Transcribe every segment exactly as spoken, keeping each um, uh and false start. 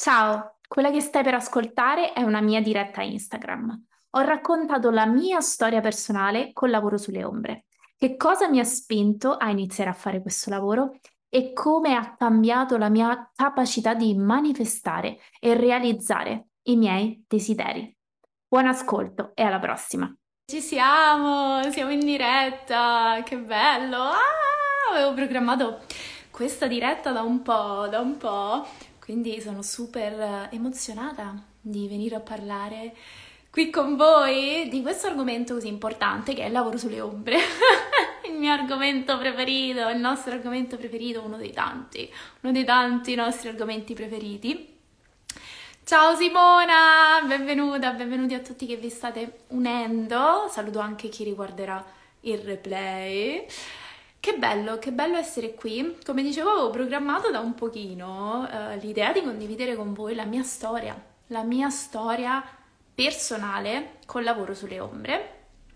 Ciao, quella che stai per ascoltare è una mia diretta Instagram. Ho raccontato la mia storia personale col lavoro sulle ombre. Che cosa mi ha spinto a iniziare a fare questo lavoro e come ha cambiato la mia capacità di manifestare e realizzare i miei desideri. Buon ascolto e alla prossima. Ci siamo, siamo in diretta, che bello! Ah, avevo programmato questa diretta da un po', da un po', quindi sono super eh, emozionata di venire a parlare qui con voi di questo argomento così importante che è il lavoro sulle ombre. Il mio argomento preferito, il nostro argomento preferito, uno dei tanti, uno dei tanti nostri argomenti preferiti. Ciao Simona, benvenuta, benvenuti a tutti che vi state unendo. Saluto anche chi riguarderà il replay. Che bello, che bello essere qui. Come dicevo, avevo programmato da un pochino eh, l'idea di condividere con voi la mia storia, la mia storia personale col lavoro sulle ombre.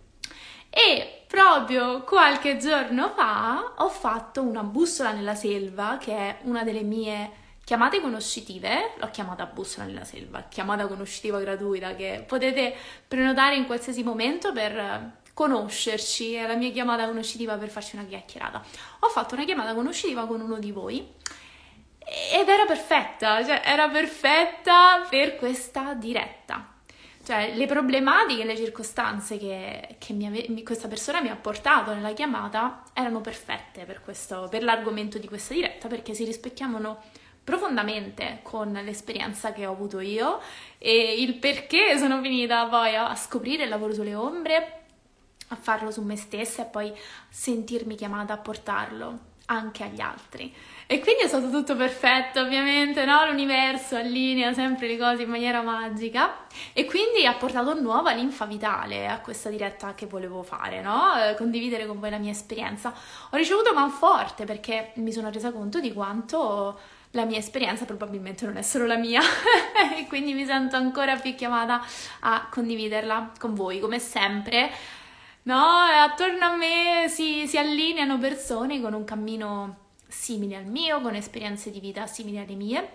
E proprio qualche giorno fa ho fatto una bussola nella selva, che è una delle mie chiamate conoscitive. L'ho chiamata bussola nella selva, chiamata conoscitiva gratuita che potete prenotare in qualsiasi momento per conoscerci, è la mia chiamata conoscitiva per farci una chiacchierata. Ho fatto una chiamata conoscitiva con uno di voi ed era perfetta, cioè era perfetta per questa diretta. Cioè, le problematiche e le circostanze che, che mi ave- questa persona mi ha portato nella chiamata erano perfette per questo, per l'argomento di questa diretta, perché si rispecchiavano profondamente con l'esperienza che ho avuto io e il perché sono finita poi a, a scoprire il lavoro sulle ombre, a farlo su me stessa e poi sentirmi chiamata a portarlo anche agli altri. E quindi è stato tutto perfetto, ovviamente, no? L'universo allinea sempre le cose in maniera magica e quindi ha portato nuova linfa vitale a questa diretta che volevo fare, no? Eh, condividere con voi la mia esperienza. Ho ricevuto manforte perché mi sono resa conto di quanto la mia esperienza probabilmente non è solo la mia e quindi mi sento ancora più chiamata a condividerla con voi, come sempre. No, e attorno a me si, si allineano persone con un cammino simile al mio, con esperienze di vita simili alle mie.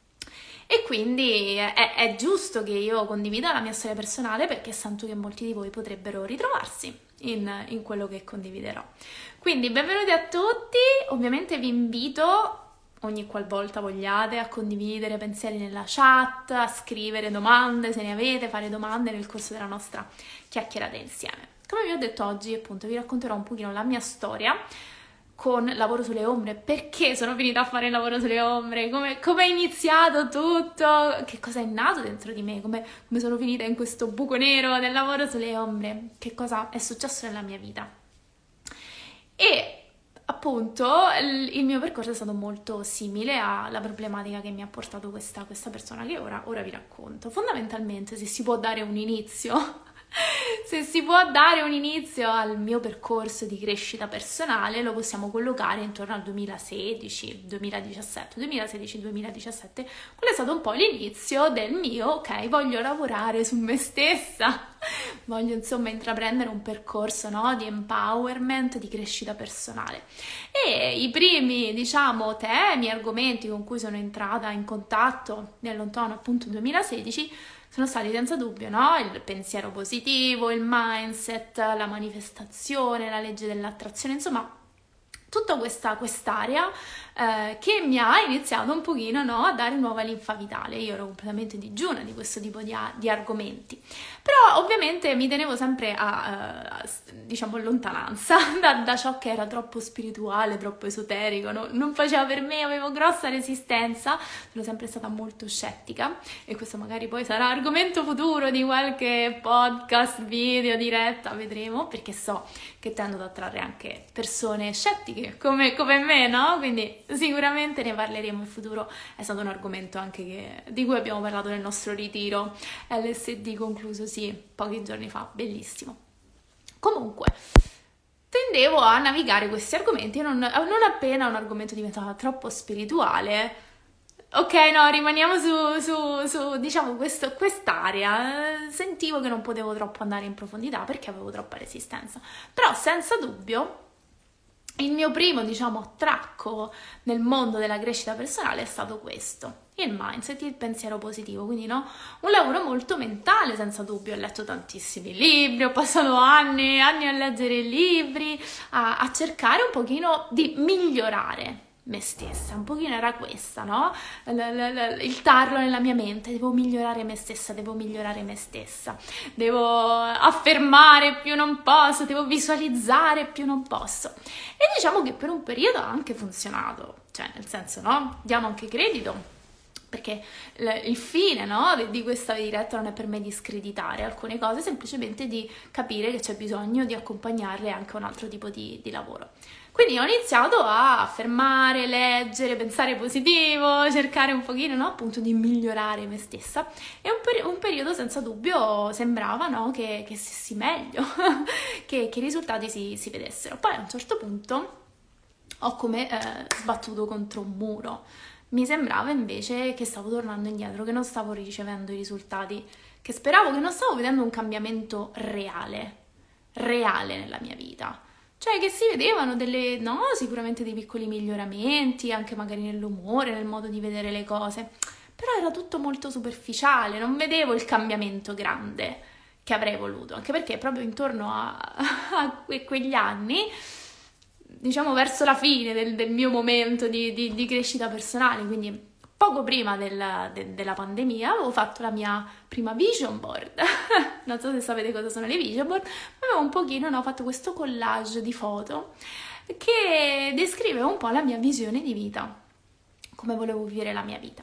E quindi è, è giusto che io condivida la mia storia personale perché sento che molti di voi potrebbero ritrovarsi in, in quello che condividerò. Quindi benvenuti a tutti, ovviamente vi invito ogni qualvolta vogliate a condividere pensieri nella chat, a scrivere domande se ne avete, fare domande nel corso della nostra chiacchierata insieme. Come vi ho detto oggi, appunto, vi racconterò un pochino la mia storia con lavoro sulle ombre, perché sono finita a fare il lavoro sulle ombre, come, come è iniziato tutto, che cosa è nato dentro di me, come, come sono finita in questo buco nero del lavoro sulle ombre, che cosa è successo nella mia vita. E appunto il, il mio percorso è stato molto simile alla problematica che mi ha portato questa, questa persona che ora, ora vi racconto. Fondamentalmente, se si può dare un inizio se si può dare un inizio al mio percorso di crescita personale, lo possiamo collocare intorno al duemilasedici, duemiladiciassette, duemilasedici duemiladiciassette. Quello è stato un po' l'inizio del mio, ok, voglio lavorare su me stessa, voglio insomma intraprendere un percorso, no, di empowerment, di crescita personale. E i primi, diciamo, temi, argomenti con cui sono entrata in contatto nel lontano appunto duemilasedici sono stati senza dubbio, no? Il pensiero positivo, il mindset, la manifestazione, la legge dell'attrazione, insomma, tutta questa quest'area eh, che mi ha iniziato un pochino, no, a dare nuova linfa vitale. Io ero completamente digiuna di questo tipo di, a- di argomenti, però ovviamente mi tenevo sempre a, a diciamo, lontananza da, da ciò che era troppo spirituale, troppo esoterico, no? Non faceva per me, avevo grossa resistenza, sono sempre stata molto scettica e questo magari poi sarà argomento futuro di qualche podcast, video, diretta, vedremo, perché so che tendo ad attrarre anche persone scettiche come, come me, no? Quindi sicuramente ne parleremo in futuro, è stato un argomento anche che, di cui abbiamo parlato nel nostro ritiro L S D concluso, sì, pochi giorni fa, bellissimo. Comunque, tendevo a navigare questi argomenti e non, non appena un argomento diventava troppo spirituale, ok, no, rimaniamo su, su, su diciamo, questo, quest'area. Sentivo che non potevo troppo andare in profondità perché avevo troppa resistenza. Però, senza dubbio, il mio primo, diciamo, attracco nel mondo della crescita personale è stato questo. il mindset, il pensiero positivo, quindi no, un lavoro molto mentale senza dubbio. Ho letto tantissimi libri, ho passato anni e anni a leggere libri, a, a cercare un pochino di migliorare me stessa, un pochino era questa, no? L- l- l- il tarlo nella mia mente, devo migliorare me stessa, devo migliorare me stessa, devo affermare più non posso, devo visualizzare più non posso. E diciamo che per un periodo ha anche funzionato, cioè nel senso, no? Diamo anche credito, perché il fine, no, di questa diretta non è per me di screditare alcune cose, semplicemente di capire che c'è bisogno di accompagnarle anche a un altro tipo di, di lavoro. Quindi ho iniziato a fermare, leggere, pensare positivo, cercare un pochino, no, appunto di migliorare me stessa, e un, peri- un periodo senza dubbio sembrava, no, che, che stessi meglio, che, che i risultati si, si vedessero. Poi a un certo punto ho come eh, sbattuto contro un muro. Mi sembrava invece che stavo tornando indietro, che non stavo ricevendo i risultati che speravo, che non stavo vedendo un cambiamento reale, reale nella mia vita. Cioè che si vedevano delle, no, sicuramente dei piccoli miglioramenti, anche magari nell'umore, nel modo di vedere le cose, però era tutto molto superficiale, non vedevo il cambiamento grande che avrei voluto, anche perché proprio intorno a, a que- quegli anni, diciamo verso la fine del, del mio momento di, di, di crescita personale, quindi poco prima del, de, della pandemia, avevo fatto la mia prima vision board. Non so se sapete cosa sono le vision board, ma avevo un pochino, no, fatto questo collage di foto che descrive un po' la mia visione di vita, come volevo vivere la mia vita.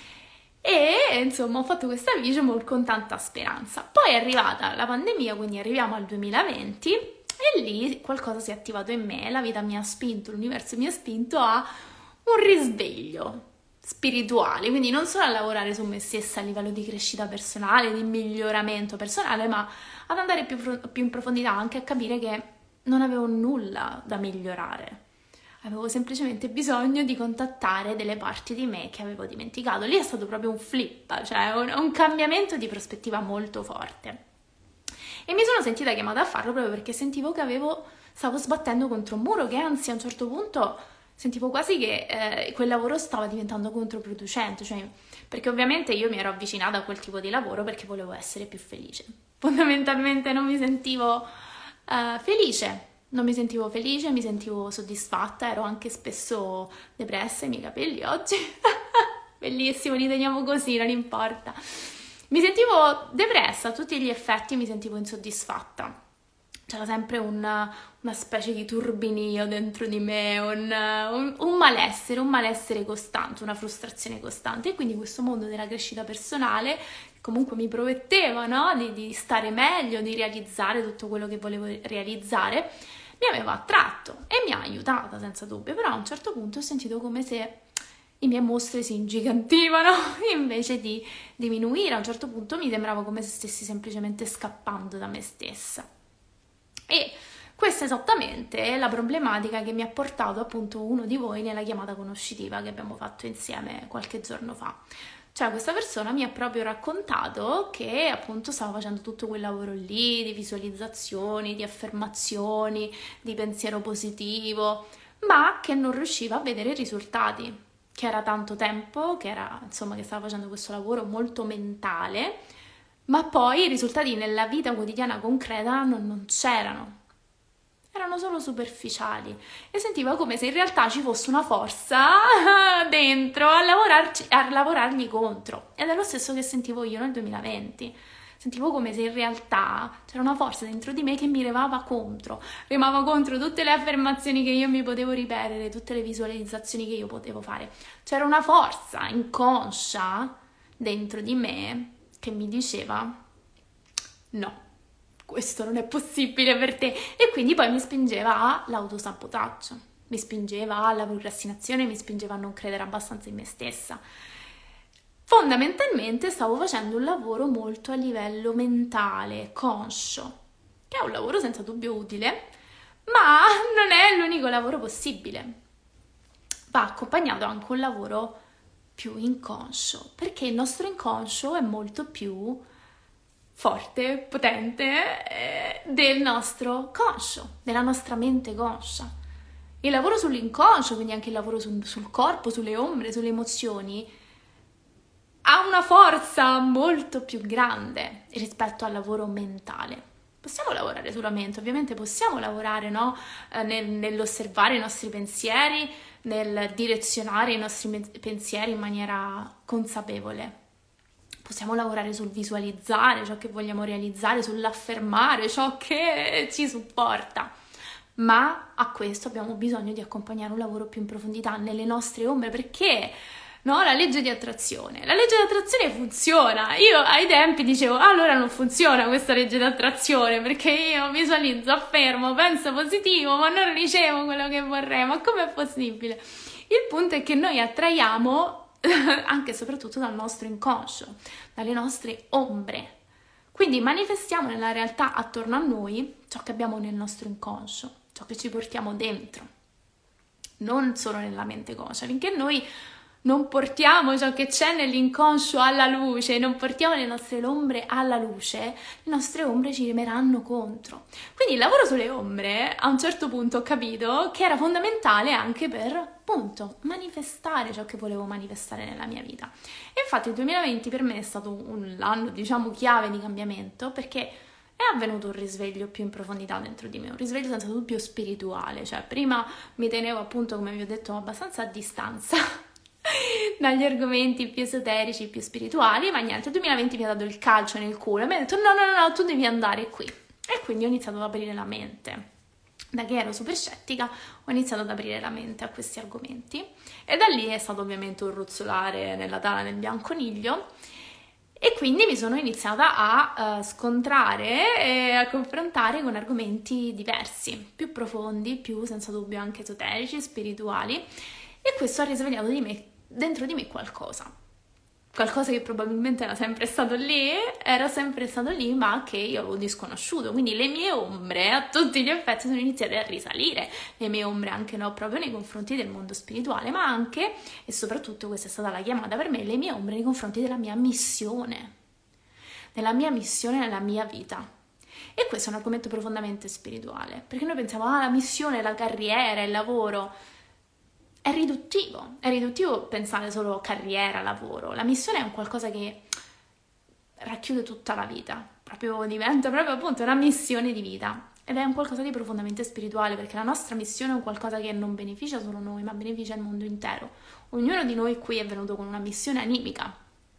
E insomma ho fatto questa vision board con tanta speranza. Poi è arrivata la pandemia, quindi arriviamo al duemilaventi, e lì qualcosa si è attivato in me, la vita mi ha spinto, l'universo mi ha spinto a un risveglio spirituale, quindi non solo a lavorare su me stessa a livello di crescita personale, di miglioramento personale, ma ad andare più, più in profondità, anche a capire che non avevo nulla da migliorare. Avevo semplicemente bisogno di contattare delle parti di me che avevo dimenticato. Lì è stato proprio un flip, cioè un, un cambiamento di prospettiva molto forte. E mi sono sentita chiamata a farlo proprio perché sentivo che avevo, stavo sbattendo contro un muro, che anzi a un certo punto sentivo quasi che eh, quel lavoro stava diventando controproducente, cioè, perché ovviamente io mi ero avvicinata a quel tipo di lavoro perché volevo essere più felice. Fondamentalmente non mi sentivo eh, felice, non mi sentivo felice, mi sentivo soddisfatta, ero anche spesso depressa, i miei capelli oggi, bellissimo, li teniamo così, non importa. Mi sentivo depressa a tutti gli effetti, mi sentivo insoddisfatta. C'era sempre un, una specie di turbinio dentro di me, un, un, un malessere, un malessere costante, una frustrazione costante. E quindi questo mondo della crescita personale, che comunque mi prometteva, no? di, di stare meglio, di realizzare tutto quello che volevo realizzare, mi aveva attratto e mi ha aiutata senza dubbio. Però a un certo punto ho sentito come se i miei mostri si ingigantivano invece di diminuire. A un certo punto mi sembrava come se stessi semplicemente scappando da me stessa. E questa è esattamente la problematica che mi ha portato appunto uno di voi nella chiamata conoscitiva che abbiamo fatto insieme qualche giorno fa. Cioè questa persona mi ha proprio raccontato che appunto stava facendo tutto quel lavoro lì di visualizzazioni, di affermazioni, di pensiero positivo, ma che non riusciva a vedere risultati, che era tanto tempo, che era insomma che stava facendo questo lavoro molto mentale, ma poi i risultati nella vita quotidiana concreta non, non c'erano, erano solo superficiali e sentiva come se in realtà ci fosse una forza dentro a, lavorarci, a lavorargli contro. Ed è lo stesso che sentivo io nel duemilaventi. Sentivo come se in realtà c'era una forza dentro di me che mi remava contro, remava contro tutte le affermazioni che io mi potevo ripetere, tutte le visualizzazioni che io potevo fare. C'era una forza inconscia dentro di me che mi diceva no, questo non è possibile per te, e quindi poi mi spingeva all'autosabotaggio, mi spingeva alla procrastinazione, mi spingeva a non credere abbastanza in me stessa. Fondamentalmente stavo facendo un lavoro molto a livello mentale, conscio, che è un lavoro senza dubbio utile, ma non è l'unico lavoro possibile. Va accompagnato anche un lavoro più inconscio, perché il nostro inconscio è molto più forte, potente eh, del nostro conscio, della nostra mente conscia. Il lavoro sull'inconscio, quindi anche il lavoro sul, sul corpo, sulle ombre, sulle emozioni, ha una forza molto più grande rispetto al lavoro mentale. Possiamo lavorare sulla mente, ovviamente possiamo lavorare, no? eh, nel, nell'osservare i nostri pensieri, nel direzionare i nostri me- pensieri in maniera consapevole. Possiamo lavorare sul visualizzare ciò che vogliamo realizzare, sull'affermare ciò che ci supporta. Ma a questo abbiamo bisogno di accompagnare un lavoro più in profondità nelle nostre ombre, perché no, la legge di attrazione. La legge di attrazione funziona. Io ai tempi dicevo, ah, allora non funziona questa legge di attrazione, perché io visualizzo, affermo, penso positivo, ma non ricevo quello che vorrei. Ma com'è possibile? Il punto è che noi attraiamo anche e soprattutto dal nostro inconscio, dalle nostre ombre. Quindi manifestiamo nella realtà attorno a noi ciò che abbiamo nel nostro inconscio, ciò che ci portiamo dentro, non solo nella mente conscia, finché noi non portiamo ciò che c'è nell'inconscio alla luce, non portiamo le nostre ombre alla luce, le nostre ombre ci remeranno contro. Quindi il lavoro sulle ombre, a un certo punto ho capito che era fondamentale anche per, appunto, manifestare ciò che volevo manifestare nella mia vita. E infatti il duemilaventi per me è stato un anno, diciamo, chiave di cambiamento, perché è avvenuto un risveglio più in profondità dentro di me, un risveglio senza dubbio spirituale, cioè prima mi tenevo, appunto, come vi ho detto, abbastanza a distanza dagli argomenti più esoterici, più spirituali, ma niente, il duemilaventi mi ha dato il calcio nel culo e mi ha detto no, no, no, no, tu devi andare qui. E quindi ho iniziato ad aprire la mente. Da che ero super scettica, ho iniziato ad aprire la mente a questi argomenti e da lì è stato ovviamente un ruzzolare nella tana del bianconiglio e quindi mi sono iniziata a uh, scontrare e a confrontare con argomenti diversi, più profondi, più senza dubbio anche esoterici, spirituali, e questo ha risvegliato di me, dentro di me qualcosa. Qualcosa che probabilmente era sempre stato lì, era sempre stato lì, ma che io avevo disconosciuto. Quindi le mie ombre, a tutti gli effetti, sono iniziate a risalire. Le mie ombre anche no, proprio nei confronti del mondo spirituale, ma anche, e soprattutto questa è stata la chiamata per me, le mie ombre nei confronti della mia missione. Della mia missione nella mia vita. E questo è un argomento profondamente spirituale, perché noi pensiamo, ah, la missione, la carriera, il lavoro. È riduttivo, è riduttivo pensare solo carriera, lavoro. La missione è un qualcosa che racchiude tutta la vita, proprio diventa proprio appunto una missione di vita ed è un qualcosa di profondamente spirituale, perché la nostra missione è un qualcosa che non beneficia solo noi, ma beneficia il mondo intero. Ognuno di noi qui è venuto con una missione animica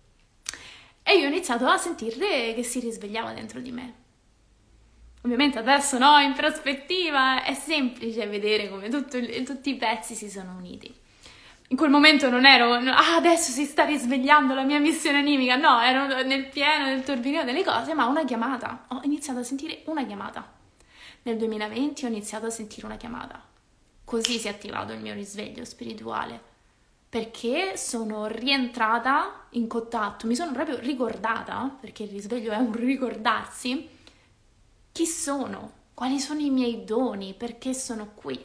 e io ho iniziato a sentire che si risvegliava dentro di me. Ovviamente adesso no, in prospettiva è semplice vedere come tutto, tutti i pezzi si sono uniti. In quel momento non ero, ah, adesso si sta risvegliando la mia missione animica, no, ero nel pieno del turbinio delle cose, ma una chiamata, ho iniziato a sentire una chiamata. Nel duemilaventi ho iniziato a sentire una chiamata. Così si è attivato il mio risveglio spirituale, perché sono rientrata in contatto, mi sono proprio ricordata, perché il risveglio è un ricordarsi, chi sono? Quali sono i miei doni? Perché sono qui?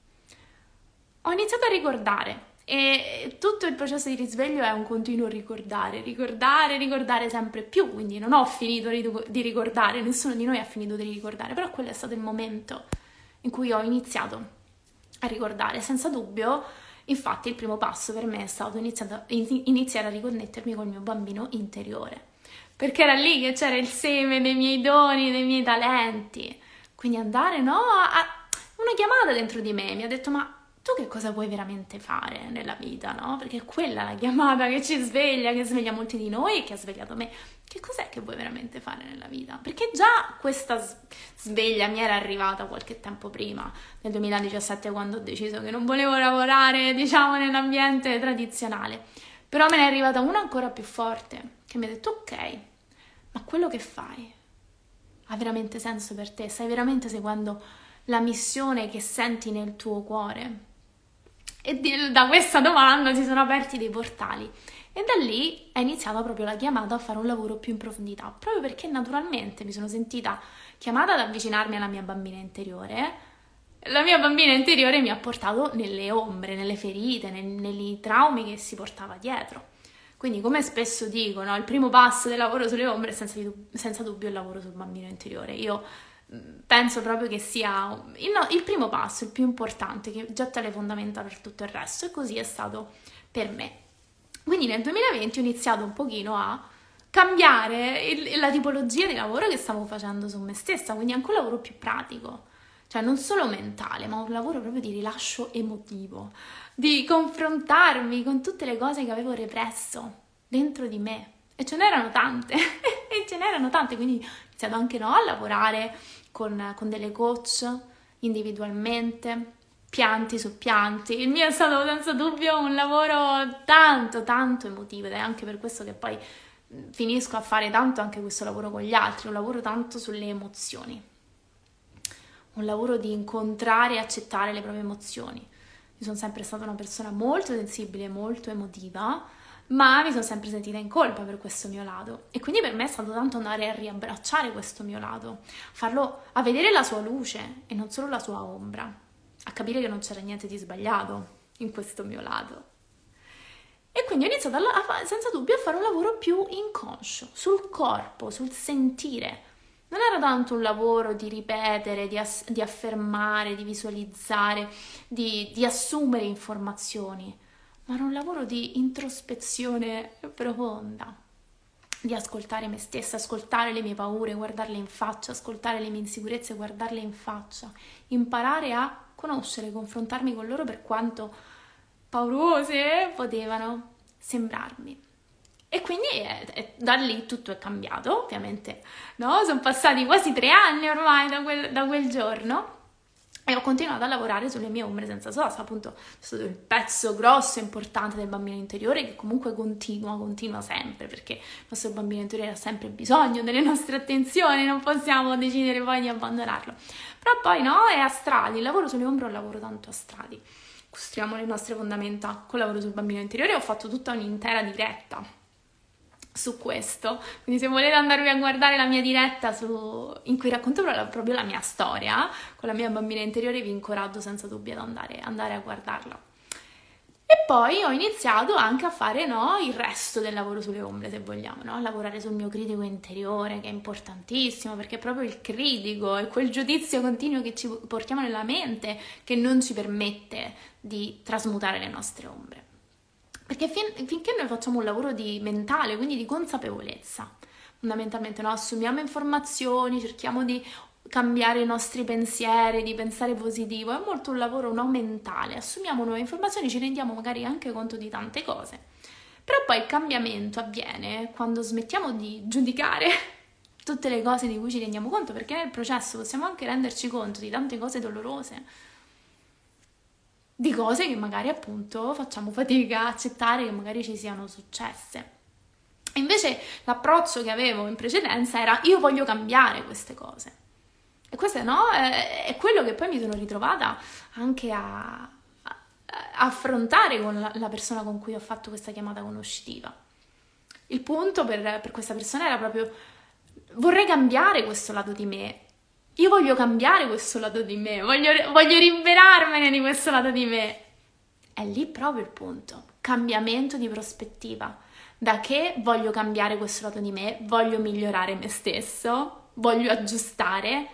Ho iniziato a ricordare e tutto il processo di risveglio è un continuo ricordare, ricordare, ricordare sempre più, quindi non ho finito di ricordare, nessuno di noi ha finito di ricordare, però quello è stato il momento in cui ho iniziato a ricordare, senza dubbio. Infatti il primo passo per me è stato iniziare a riconnettermi col mio bambino interiore, perché era lì che c'era il seme dei miei doni, dei miei talenti. Quindi andare, no, a una chiamata dentro di me mi ha detto, ma tu che cosa vuoi veramente fare nella vita, no? Perché è quella la chiamata che ci sveglia, che sveglia molti di noi e che ha svegliato me. Che cos'è che vuoi veramente fare nella vita? Perché già questa sveglia mi era arrivata qualche tempo prima, nel duemiladiciassette, quando ho deciso che non volevo lavorare, diciamo, nell'ambiente tradizionale. Però me ne è arrivata una ancora più forte, che mi ha detto, ok, ma quello che fai ha veramente senso per te? Stai veramente seguendo la missione che senti nel tuo cuore? E da questa domanda si sono aperti dei portali e da lì è iniziata proprio la chiamata a fare un lavoro più in profondità, proprio perché naturalmente mi sono sentita chiamata ad avvicinarmi alla mia bambina interiore. La mia bambina interiore mi ha portato nelle ombre, nelle ferite, nei, nei traumi che si portava dietro. Quindi, come spesso dico, no, il primo passo del lavoro sulle ombre è senza, senza dubbio il lavoro sul bambino interiore. Io penso proprio che sia il, no, il primo passo, il più importante, che getta le fondamenta per tutto il resto, e così è stato per me. Quindi nel duemilaventi ho iniziato un pochino a cambiare il- la tipologia di lavoro che stavo facendo su me stessa, quindi anche un lavoro più pratico, cioè non solo mentale, ma un lavoro proprio di rilascio emotivo, di confrontarmi con tutte le cose che avevo represso dentro di me. E ce n'erano tante, e ce n'erano tante, quindi ho iniziato anche no, a lavorare con, con delle coach individualmente, pianti su pianti. Il mio è stato senza dubbio un lavoro tanto, tanto emotivo ed è anche per questo che poi finisco a fare tanto anche questo lavoro con gli altri, un lavoro tanto sulle emozioni, un lavoro di incontrare e accettare le proprie emozioni. Io sono sempre stata una persona molto sensibile, molto emotiva, ma mi sono sempre sentita in colpa per questo mio lato e quindi per me è stato tanto andare a riabbracciare questo mio lato, farlo a vedere la sua luce e non solo la sua ombra, a capire che non c'era niente di sbagliato in questo mio lato. E quindi ho iniziato a, a, senza dubbio a fare un lavoro più inconscio, sul corpo, sul sentire. Non era tanto un lavoro di ripetere, di, ass- di affermare, di visualizzare, di, di assumere informazioni, ma era un lavoro di introspezione profonda, di ascoltare me stessa, ascoltare le mie paure, guardarle in faccia, ascoltare le mie insicurezze, guardarle in faccia, imparare a conoscere, confrontarmi con loro per quanto paurose potevano sembrarmi. E quindi è, è, da lì tutto è cambiato, ovviamente, no? Sono passati quasi tre anni ormai da quel, da quel giorno e ho continuato a lavorare sulle mie ombre senza sosta, appunto è stato il pezzo grosso e importante del bambino interiore che comunque continua, continua sempre, perché il nostro bambino interiore ha sempre bisogno delle nostre attenzioni, non possiamo decidere poi di abbandonarlo. Però poi no, è a strati, il lavoro sulle ombre è un lavoro tanto a strati. Costruiamo le nostre fondamenta col lavoro sul bambino interiore. Ho fatto tutta un'intera diretta su questo, quindi se volete andarvi a guardare la mia diretta su, in cui racconto proprio la mia storia con la mia bambina interiore, vi incoraggio senza dubbio ad andare, andare a guardarla. E poi ho iniziato anche a fare no, il resto del lavoro sulle ombre, se vogliamo, no? Lavorare sul mio critico interiore, che è importantissimo, perché è proprio il critico e quel giudizio continuo che ci portiamo nella mente che non ci permette di trasmutare le nostre ombre. Perché fin- finché noi facciamo un lavoro di mentale, quindi di consapevolezza, fondamentalmente no? Assumiamo informazioni, cerchiamo di cambiare i nostri pensieri, di pensare positivo, è molto un lavoro no mentale, assumiamo nuove informazioni, ci rendiamo magari anche conto di tante cose, però poi il cambiamento avviene quando smettiamo di giudicare tutte le cose di cui ci rendiamo conto, perché nel processo possiamo anche renderci conto di tante cose dolorose, di cose che magari appunto facciamo fatica a accettare che magari ci siano successe. E invece l'approccio che avevo in precedenza era io voglio cambiare queste cose. E questo no, è quello che poi mi sono ritrovata anche a, a, a affrontare con la, la persona con cui ho fatto questa chiamata conoscitiva. Il punto per, per questa persona era proprio vorrei cambiare questo lato di me, io voglio cambiare questo lato di me, voglio, voglio liberarmene di questo lato di me. È lì proprio il punto, cambiamento di prospettiva. Da che voglio cambiare questo lato di me, voglio migliorare me stesso, voglio aggiustare,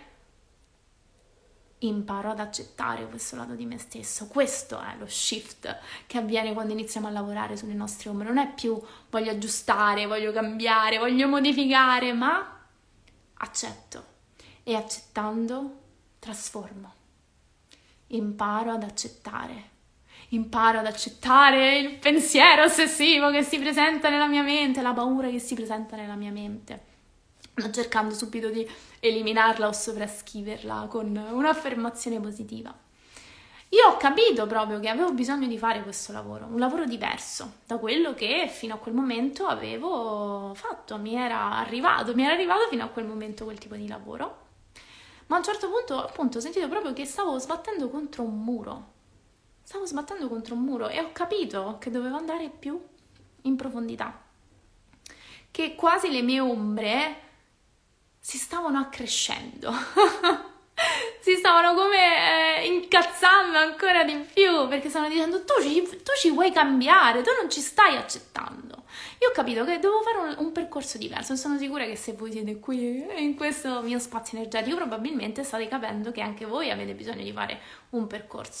imparo ad accettare questo lato di me stesso. Questo è lo shift che avviene quando iniziamo a lavorare sulle nostre ombre. Non è più voglio aggiustare, voglio cambiare, voglio modificare, ma accetto e accettando trasformo. Imparo ad accettare. Imparo ad accettare il pensiero ossessivo che si presenta nella mia mente, la paura che si presenta nella mia mente, non cercando subito di eliminarla o sovrascriverla con un'affermazione positiva. Io ho capito proprio che avevo bisogno di fare questo lavoro, un lavoro diverso da quello che fino a quel momento avevo fatto, mi era arrivato, mi era arrivato fino a quel momento quel tipo di lavoro, ma a un certo punto appunto ho sentito proprio che stavo sbattendo contro un muro, stavo sbattendo contro un muro e ho capito che dovevo andare più in profondità, che quasi le mie ombre si stavano accrescendo, si stavano come eh, incazzando ancora di più, perché stavano dicendo tu ci, tu ci vuoi cambiare, tu non ci stai accettando. Io ho capito che devo fare un, un percorso diverso, sono sicura che se voi siete qui in questo mio spazio energetico probabilmente state capendo che anche voi avete bisogno di fare un percorso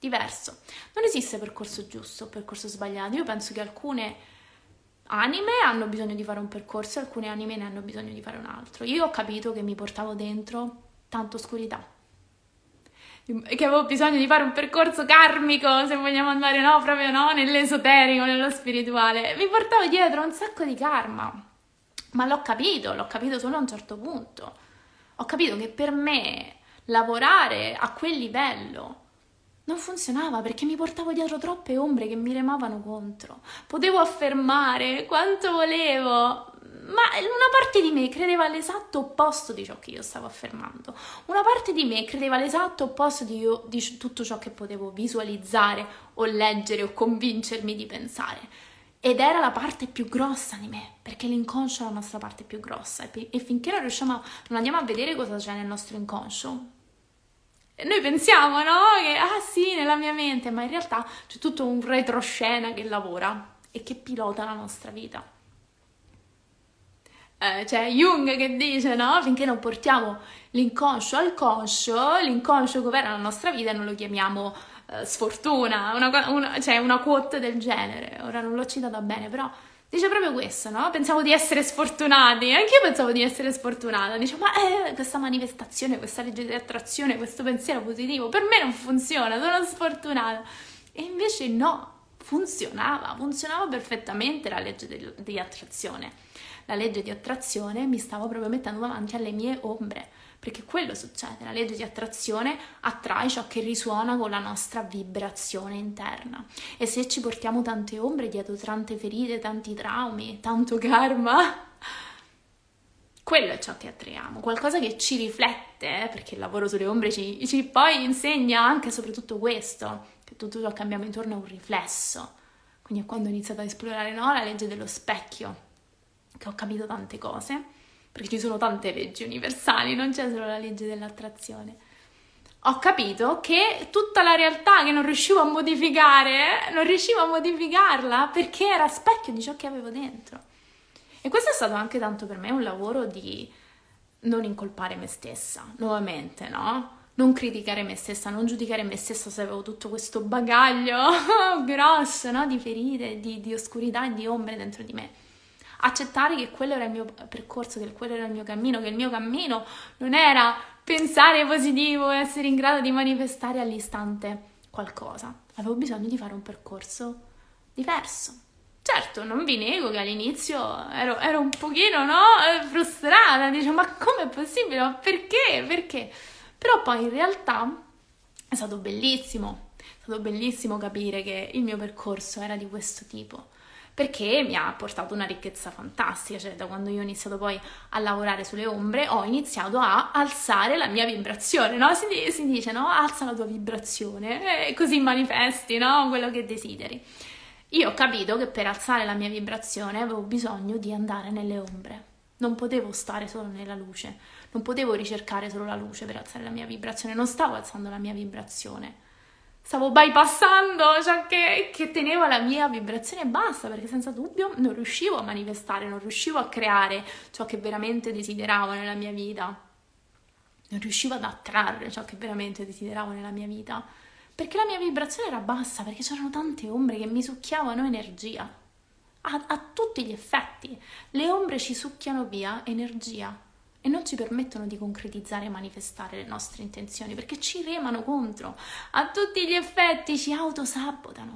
diverso. Non esiste percorso giusto o percorso sbagliato. Io penso che alcune anime hanno bisogno di fare un percorso e alcune anime ne hanno bisogno di fare un altro. Io ho capito che mi portavo dentro tanta oscurità, che avevo bisogno di fare un percorso karmico, se vogliamo andare, no, proprio no, nell'esoterico, nello spirituale. Mi portavo dietro un sacco di karma, ma l'ho capito, l'ho capito solo a un certo punto. Ho capito che per me lavorare a quel livello non funzionava, perché mi portavo dietro troppe ombre che mi remavano contro. Potevo affermare quanto volevo, ma una parte di me credeva all'esatto opposto di ciò che io stavo affermando. Una parte di me credeva all'esatto opposto di, io, di tutto ciò che potevo visualizzare o leggere o convincermi di pensare. Ed era la parte più grossa di me, perché l'inconscio è la nostra parte più grossa. E, e finché non riusciamo, a, non andiamo a vedere cosa c'è nel nostro inconscio, noi pensiamo, no? Che, ah sì, nella mia mente, ma in realtà c'è tutto un retroscena che lavora e che pilota la nostra vita. Eh, c'è Jung che dice, no? Finché non portiamo l'inconscio al conscio, l'inconscio governa la nostra vita e non lo chiamiamo eh, sfortuna, una, una, cioè una quote del genere. Ora non l'ho citata bene, però dice proprio questo, no? Pensavo di essere sfortunati, anche io pensavo di essere sfortunata. Dice, ma eh, questa manifestazione, questa legge di attrazione, questo pensiero positivo, per me non funziona, sono sfortunata. E invece no, funzionava, funzionava perfettamente la legge di, di attrazione. La legge di attrazione mi stavo proprio mettendo davanti alle mie ombre, perché quello succede, la legge di attrazione attrae ciò che risuona con la nostra vibrazione interna. E se ci portiamo tante ombre dietro, tante ferite, tanti traumi, tanto karma, quello è ciò che attraiamo, qualcosa che ci riflette, eh, perché il lavoro sulle ombre ci, ci poi insegna anche e soprattutto questo, che tutto ciò che abbiamo intorno è un riflesso. Quindi è quando ho iniziato ad esplorare, no, la legge dello specchio, che ho capito tante cose, perché ci sono tante leggi universali, non c'è solo la legge dell'attrazione. Ho capito che tutta la realtà che non riuscivo a modificare, non riuscivo a modificarla perché era specchio di ciò che avevo dentro. E questo è stato anche tanto per me un lavoro di non incolpare me stessa, nuovamente, no? Non criticare me stessa, non giudicare me stessa se avevo tutto questo bagaglio grosso, no? Di ferite, di, di oscurità e di ombre dentro di me. Accettare che quello era il mio percorso, che quello era il mio cammino, che il mio cammino non era pensare positivo e essere in grado di manifestare all'istante qualcosa. Avevo bisogno di fare un percorso diverso. Certo, non vi nego che all'inizio ero, ero un pochino, no, frustrata, dicevo, ma com'è possibile? Ma perché? Perché? Però poi in realtà è stato bellissimo, è stato bellissimo capire che il mio percorso era di questo tipo, perché mi ha portato una ricchezza fantastica. Cioè, da quando io ho iniziato poi a lavorare sulle ombre, ho iniziato a alzare la mia vibrazione, no? Si, si dice, no? Alza la tua vibrazione e così manifesti, no? Quello che desideri. Io ho capito che per alzare la mia vibrazione avevo bisogno di andare nelle ombre. Non potevo stare solo nella luce, non potevo ricercare solo la luce per alzare la mia vibrazione, non stavo alzando la mia vibrazione. Stavo bypassando ciò che, che teneva la mia vibrazione e basta, perché senza dubbio non riuscivo a manifestare, non riuscivo a creare ciò che veramente desideravo nella mia vita. Non riuscivo ad attrarre ciò che veramente desideravo nella mia vita, perché la mia vibrazione era bassa, perché c'erano tante ombre che mi succhiavano energia. A, a tutti gli effetti, le ombre ci succhiano via energia e non ci permettono di concretizzare e manifestare le nostre intenzioni, perché ci remano contro, a tutti gli effetti ci autosabotano.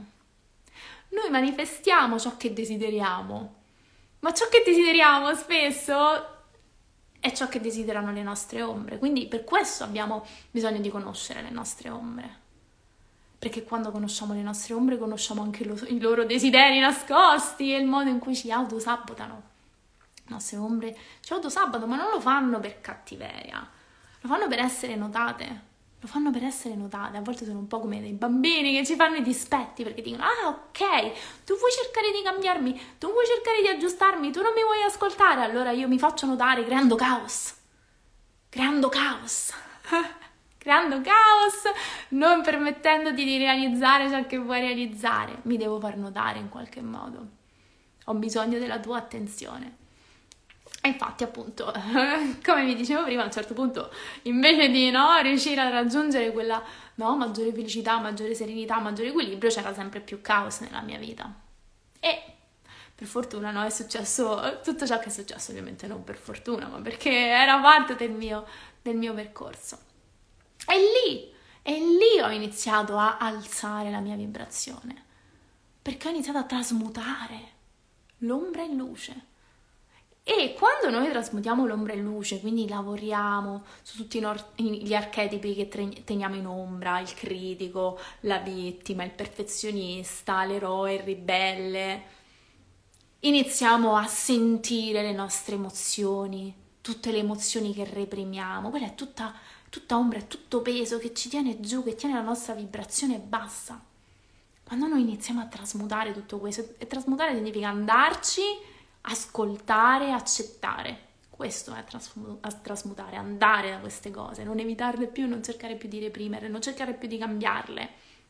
Noi manifestiamo ciò che desideriamo, ma ciò che desideriamo spesso è ciò che desiderano le nostre ombre, quindi per questo abbiamo bisogno di conoscere le nostre ombre, perché quando conosciamo le nostre ombre conosciamo anche lo, i loro desideri nascosti e il modo in cui ci autosabotano. Le nostre ombre ci autosabotano, ma non lo fanno per cattiveria, lo fanno per essere notate, lo fanno per essere notate. A volte sono un po' come dei bambini che ci fanno i dispetti perché dicono, ah ok, tu vuoi cercare di cambiarmi, tu vuoi cercare di aggiustarmi, tu non mi vuoi ascoltare, allora io mi faccio notare creando caos, creando caos, creando caos, non permettendoti di realizzare ciò che vuoi realizzare. Mi devo far notare in qualche modo, ho bisogno della tua attenzione. E infatti, appunto, come vi dicevo prima, a un certo punto, invece di no, riuscire a raggiungere quella no, maggiore felicità, maggiore serenità, maggiore equilibrio, c'era sempre più caos nella mia vita. E per fortuna no, è successo tutto ciò che è successo, ovviamente non per fortuna, ma perché era parte del mio, del mio percorso. E lì, e lì ho iniziato a alzare la mia vibrazione, perché ho iniziato a trasmutare l'ombra in luce. E quando noi trasmutiamo l'ombra in luce, quindi lavoriamo su tutti gli archetipi che teniamo in ombra, il critico, la vittima, il perfezionista, l'eroe, il ribelle, iniziamo a sentire le nostre emozioni, tutte le emozioni che reprimiamo, quella è tutta, tutta ombra, è tutto peso che ci tiene giù, che tiene la nostra vibrazione bassa. Quando noi iniziamo a trasmutare tutto questo, e trasmutare significa andarci, ascoltare, accettare. Questo è trasmutare, andare da queste cose, non evitarle più, non cercare più di reprimerle, non cercare più di cambiarle,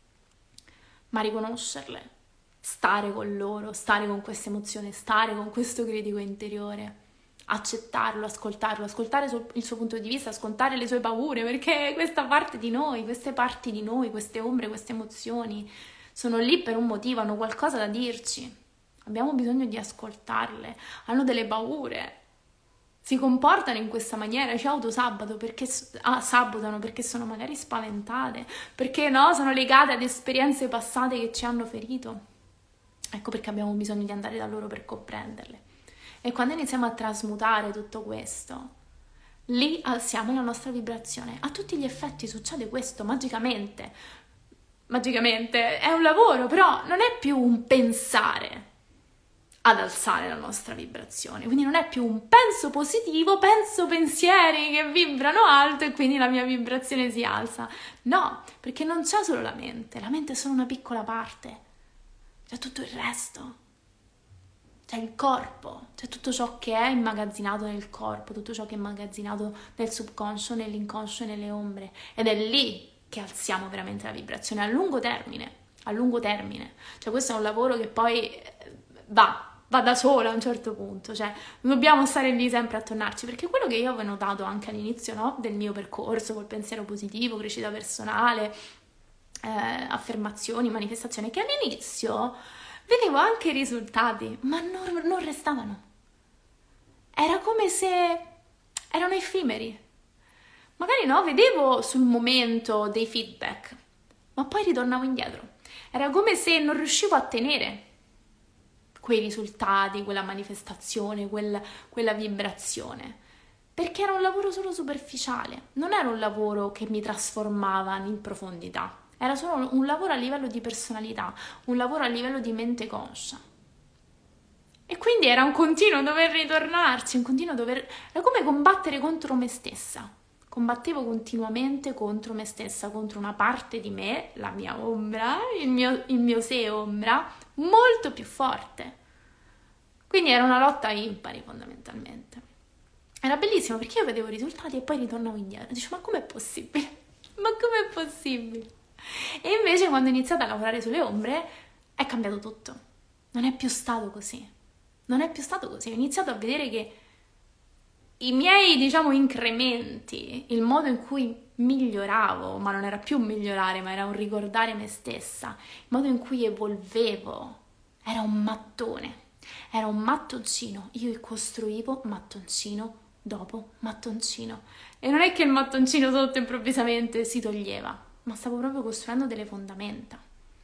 ma riconoscerle, stare con loro, stare con questa emozione, stare con questo critico interiore, accettarlo, ascoltarlo, ascoltare il suo punto di vista, ascoltare le sue paure, perché questa parte di noi, queste parti di noi, queste ombre, queste emozioni sono lì per un motivo, hanno qualcosa da dirci. Abbiamo bisogno di ascoltarle, hanno delle paure, si comportano in questa maniera, ci autosabotano perché, ah, sabotano perché sono magari spaventate, perché no, sono legate ad esperienze passate che ci hanno ferito. Ecco perché abbiamo bisogno di andare da loro per comprenderle. E quando iniziamo a trasmutare tutto questo, lì alziamo la nostra vibrazione. A tutti gli effetti succede questo magicamente. Magicamente è un lavoro, però non è più un pensare ad alzare la nostra vibrazione, quindi non è più un penso positivo, penso pensieri che vibrano alto e quindi la mia vibrazione si alza. No, perché non c'è solo la mente, la mente è solo una piccola parte, c'è tutto il resto, c'è il corpo, c'è tutto ciò che è immagazzinato nel corpo, tutto ciò che è immagazzinato nel subconscio, nell'inconscio e nelle ombre, ed è lì che alziamo veramente la vibrazione a lungo termine, a lungo termine. Cioè questo è un lavoro che poi va, va da sola a un certo punto, cioè non dobbiamo stare lì sempre a tornarci, perché quello che io avevo notato anche all'inizio, no, del mio percorso col pensiero positivo, crescita personale, eh, affermazioni, manifestazioni, che all'inizio vedevo anche i risultati, ma non, non restavano. Era come se erano effimeri. Magari no, vedevo sul momento dei feedback, ma poi ritornavo indietro. Era come se non riuscivo a tenere quei risultati, quella manifestazione, quel, quella vibrazione, perché era un lavoro solo superficiale, non era un lavoro che mi trasformava in profondità, era solo un lavoro a livello di personalità, un lavoro a livello di mente conscia. E quindi era un continuo dover ritornarci, un continuo dover... era come combattere contro me stessa. Combattevo continuamente contro me stessa, contro una parte di me, la mia ombra, il mio, il mio sé ombra, molto più forte. Quindi era una lotta impari fondamentalmente. Era bellissimo perché io vedevo i risultati e poi ritornavo indietro. Dicevo, ma com'è possibile? Ma com'è possibile? E invece quando ho iniziato a lavorare sulle ombre è cambiato tutto. Non è più stato così. Non è più stato così. Ho iniziato a vedere che i miei, diciamo, incrementi, il modo in cui miglioravo, ma non era più un migliorare, ma era un ricordare me stessa, il modo in cui evolvevo, era un mattone, era un mattoncino. Io costruivo mattoncino dopo mattoncino. E non è che il mattoncino sotto improvvisamente si toglieva, ma stavo proprio costruendo delle fondamenta.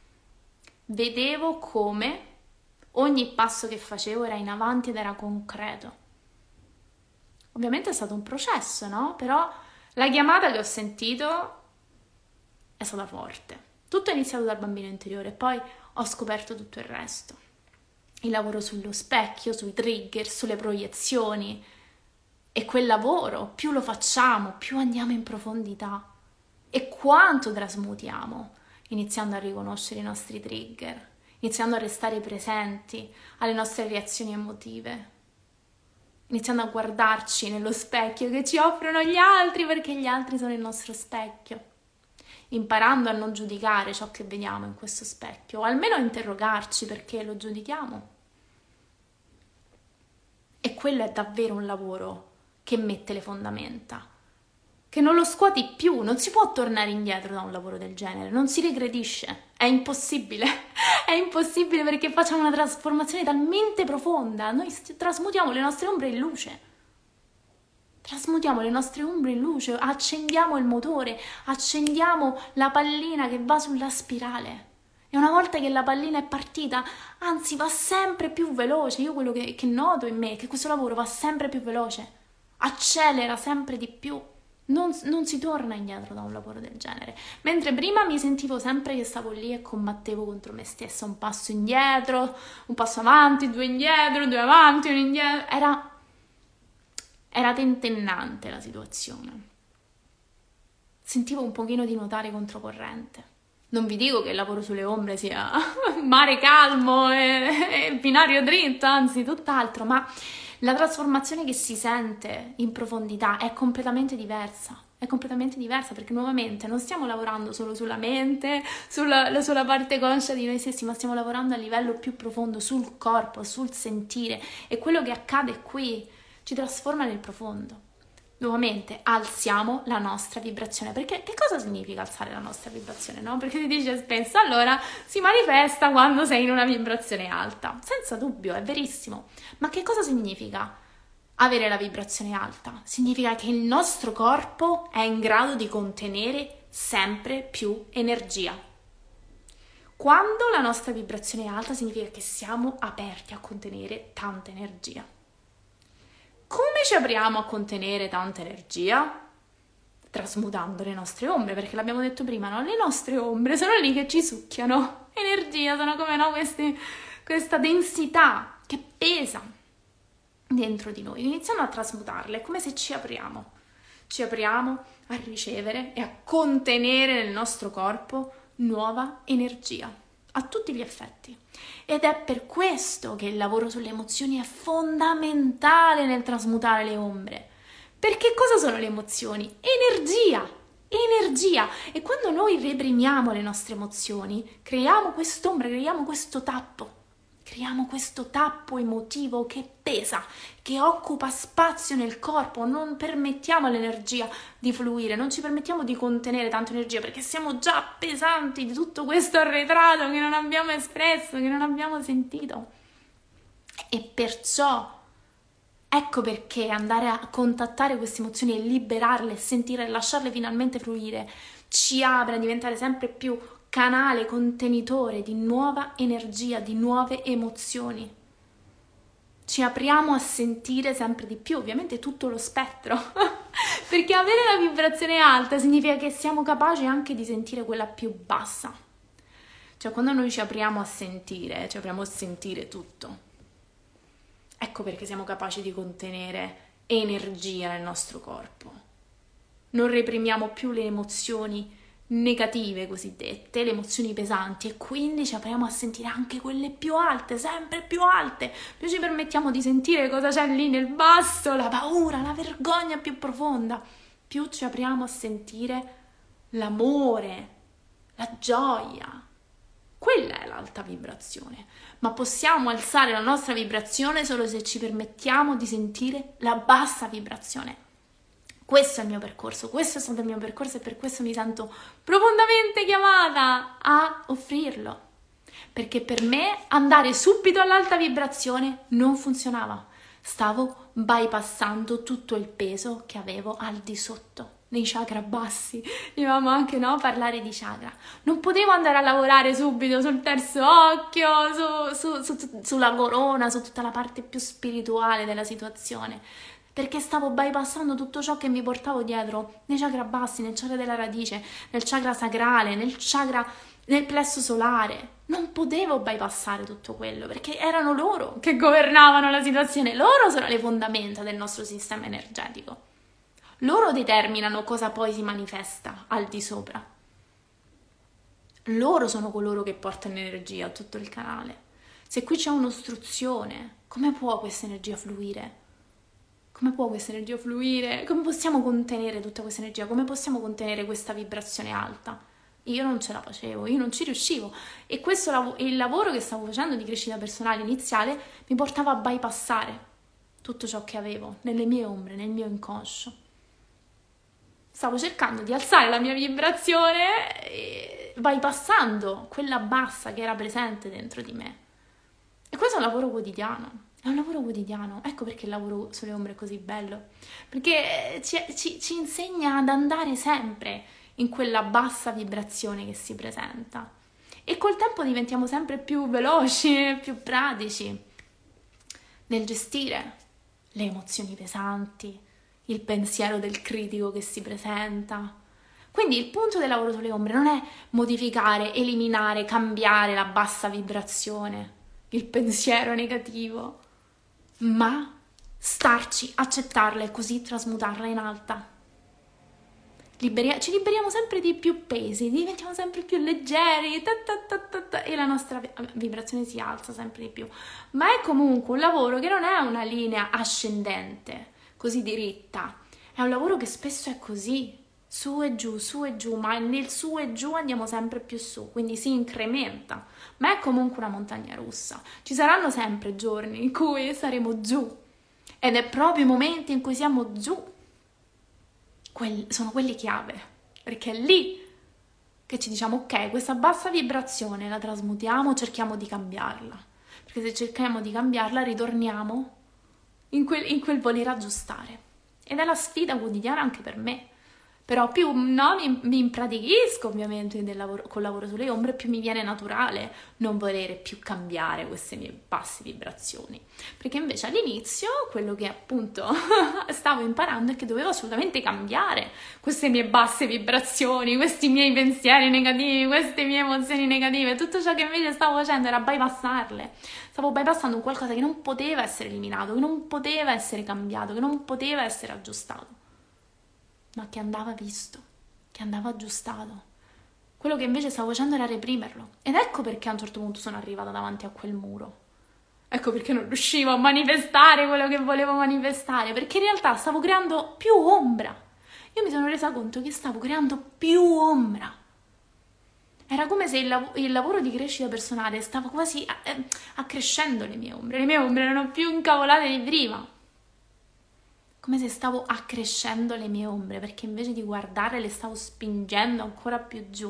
Vedevo come ogni passo che facevo era in avanti ed era concreto. Ovviamente è stato un processo, no? Però la chiamata che ho sentito è stata forte. Tutto è iniziato dal bambino interiore, poi ho scoperto tutto il resto. Il lavoro sullo specchio, sui trigger, sulle proiezioni. E quel lavoro, più lo facciamo, più andiamo in profondità. E quanto trasmutiamo, iniziando a riconoscere i nostri trigger, iniziando a restare presenti alle nostre reazioni emotive, iniziando a guardarci nello specchio che ci offrono gli altri, perché gli altri sono il nostro specchio, imparando a non giudicare ciò che vediamo in questo specchio, o almeno a interrogarci perché lo giudichiamo. E quello è davvero un lavoro che mette le fondamenta, che non lo scuoti più, non si può tornare indietro da un lavoro del genere, non si regredisce, è impossibile, è impossibile perché facciamo una trasformazione talmente profonda, noi trasmutiamo le nostre ombre in luce, trasmutiamo le nostre ombre in luce, accendiamo il motore, accendiamo la pallina che va sulla spirale. E una volta che la pallina è partita, anzi va sempre più veloce, io quello che, che noto in me è che questo lavoro va sempre più veloce, accelera sempre di più. Non, non si torna indietro da un lavoro del genere. Mentre prima mi sentivo sempre che stavo lì e combattevo contro me stessa, un passo indietro, un passo avanti, due indietro, due avanti, uno indietro. Era, era tentennante la situazione. Sentivo un pochino di nuotare controcorrente. Non vi dico che il lavoro sulle ombre sia mare calmo e, e binario dritto, anzi tutt'altro, ma la trasformazione che si sente in profondità è completamente diversa, è completamente diversa perché nuovamente non stiamo lavorando solo sulla mente, sulla, sulla parte conscia di noi stessi, ma stiamo lavorando a livello più profondo, sul corpo, sul sentire, e quello che accade qui ci trasforma nel profondo. Nuovamente alziamo la nostra vibrazione, perché che cosa significa alzare la nostra vibrazione, no? Perché si dice spesso, allora si manifesta quando sei in una vibrazione alta, senza dubbio, è verissimo, ma che cosa significa avere la vibrazione alta? Significa che il nostro corpo è in grado di contenere sempre più energia. Quando la nostra vibrazione è alta significa che siamo aperti a contenere tanta energia. Come ci apriamo a contenere tanta energia? Trasmutando le nostre ombre, perché l'abbiamo detto prima, no? Le nostre ombre sono lì che ci succhiano energia, sono come, no, queste, questa densità che pesa dentro di noi. Iniziamo a trasmutarle, è come se ci apriamo. Ci apriamo a ricevere e a contenere nel nostro corpo nuova energia, a tutti gli effetti. Ed è per questo che il lavoro sulle emozioni è fondamentale nel trasmutare le ombre. Perché cosa sono le emozioni? Energia! Energia! E quando noi reprimiamo le nostre emozioni, creiamo quest'ombra, creiamo questo tappo. Creiamo questo tappo emotivo che pesa, che occupa spazio nel corpo, non permettiamo all'energia di fluire, non ci permettiamo di contenere tanta energia perché siamo già pesanti di tutto questo arretrato che non abbiamo espresso, che non abbiamo sentito. E perciò, ecco perché andare a contattare queste emozioni e liberarle, sentire, lasciarle finalmente fluire, ci apre a diventare sempre più canale contenitore di nuova energia, di nuove emozioni. Ci apriamo a sentire sempre di più, ovviamente tutto lo spettro, perché avere la vibrazione alta significa che siamo capaci anche di sentire quella più bassa. Cioè quando noi ci apriamo a sentire, ci apriamo a sentire tutto. Ecco perché siamo capaci di contenere energia nel nostro corpo. Non reprimiamo più le emozioni negative cosiddette, le emozioni pesanti, e quindi ci apriamo a sentire anche quelle più alte, sempre più alte. Più ci permettiamo di sentire cosa c'è lì nel basso, la paura, la vergogna più profonda, più ci apriamo a sentire l'amore, la gioia. Quella è l'alta vibrazione, ma possiamo alzare la nostra vibrazione solo se ci permettiamo di sentire la bassa vibrazione. Questo è il mio percorso, questo è stato il mio percorso e per questo mi sento profondamente chiamata a offrirlo. Perché per me andare subito all'alta vibrazione non funzionava. Stavo bypassando tutto il peso che avevo al di sotto, nei chakra bassi. Dovevamo anche, no, parlare di chakra. Non potevo andare a lavorare subito sul terzo occhio, su, su, su, sulla corona, su tutta la parte più spirituale della situazione. Perché stavo bypassando tutto ciò che mi portavo dietro nei chakra bassi, nel chakra della radice, nel chakra sacrale, nel chakra, nel plesso solare. Non potevo bypassare tutto quello perché erano loro che governavano la situazione. Loro sono le fondamenta del nostro sistema energetico. Loro determinano cosa poi si manifesta al di sopra. Loro sono coloro che portano energia a tutto il canale. Se qui c'è un'ostruzione, come può questa energia fluire? Come può questa energia fluire? Come possiamo contenere tutta questa energia? Come possiamo contenere questa vibrazione alta? Io non ce la facevo, io non ci riuscivo. E questo il lavoro che stavo facendo di crescita personale iniziale mi portava a bypassare tutto ciò che avevo nelle mie ombre, nel mio inconscio. Stavo cercando di alzare la mia vibrazione e bypassando quella bassa che era presente dentro di me. E questo è un lavoro quotidiano, è un lavoro quotidiano. Ecco perché il lavoro sulle ombre è così bello, perché ci, ci, ci insegna ad andare sempre in quella bassa vibrazione che si presenta. E col tempo diventiamo sempre più veloci, più pratici nel gestire le emozioni pesanti, il pensiero del critico che si presenta. Quindi il punto del lavoro sulle ombre non è modificare, eliminare, cambiare la bassa vibrazione, il pensiero negativo, ma starci, accettarla e così trasmutarla in alta. Liberia- ci liberiamo sempre di più pesi, diventiamo sempre più leggeri ta ta ta ta ta, e la nostra vibrazione si alza sempre di più. Ma è comunque un lavoro che non è una linea ascendente, così diritta. È un lavoro che spesso è così, su e giù, su e giù, ma nel su e giù andiamo sempre più su, quindi si incrementa. Ma è comunque una montagna russa. Ci saranno sempre giorni in cui saremo giù. Ed è proprio i momenti in cui siamo giù Quelli, sono quelli chiave, perché è lì che ci diciamo ok, questa bassa vibrazione la trasmutiamo, cerchiamo di cambiarla, perché se cerchiamo di cambiarla ritorniamo in quel, in quel voler aggiustare, ed è la sfida quotidiana anche per me. Però più no, mi, mi impratichisco ovviamente nel lavoro, col lavoro sulle ombre, più mi viene naturale non volere più cambiare queste mie basse vibrazioni. Perché invece all'inizio quello che appunto stavo imparando è che dovevo assolutamente cambiare queste mie basse vibrazioni, questi miei pensieri negativi, queste mie emozioni negative. Tutto ciò che invece stavo facendo era bypassarle. Stavo bypassando qualcosa che non poteva essere eliminato, che non poteva essere cambiato, che non poteva essere aggiustato, ma che andava visto, che andava aggiustato. Quello che invece stavo facendo era reprimerlo. Ed ecco perché a un certo punto sono arrivata davanti a quel muro. Ecco perché non riuscivo a manifestare quello che volevo manifestare, perché in realtà stavo creando più ombra. Io mi sono resa conto che stavo creando più ombra. Era come se il, lav- il lavoro di crescita personale stava quasi eh, accrescendo le mie ombre. Le mie ombre erano più incavolate di prima. Come se stavo accrescendo le mie ombre, perché invece di guardare le stavo spingendo ancora più giù.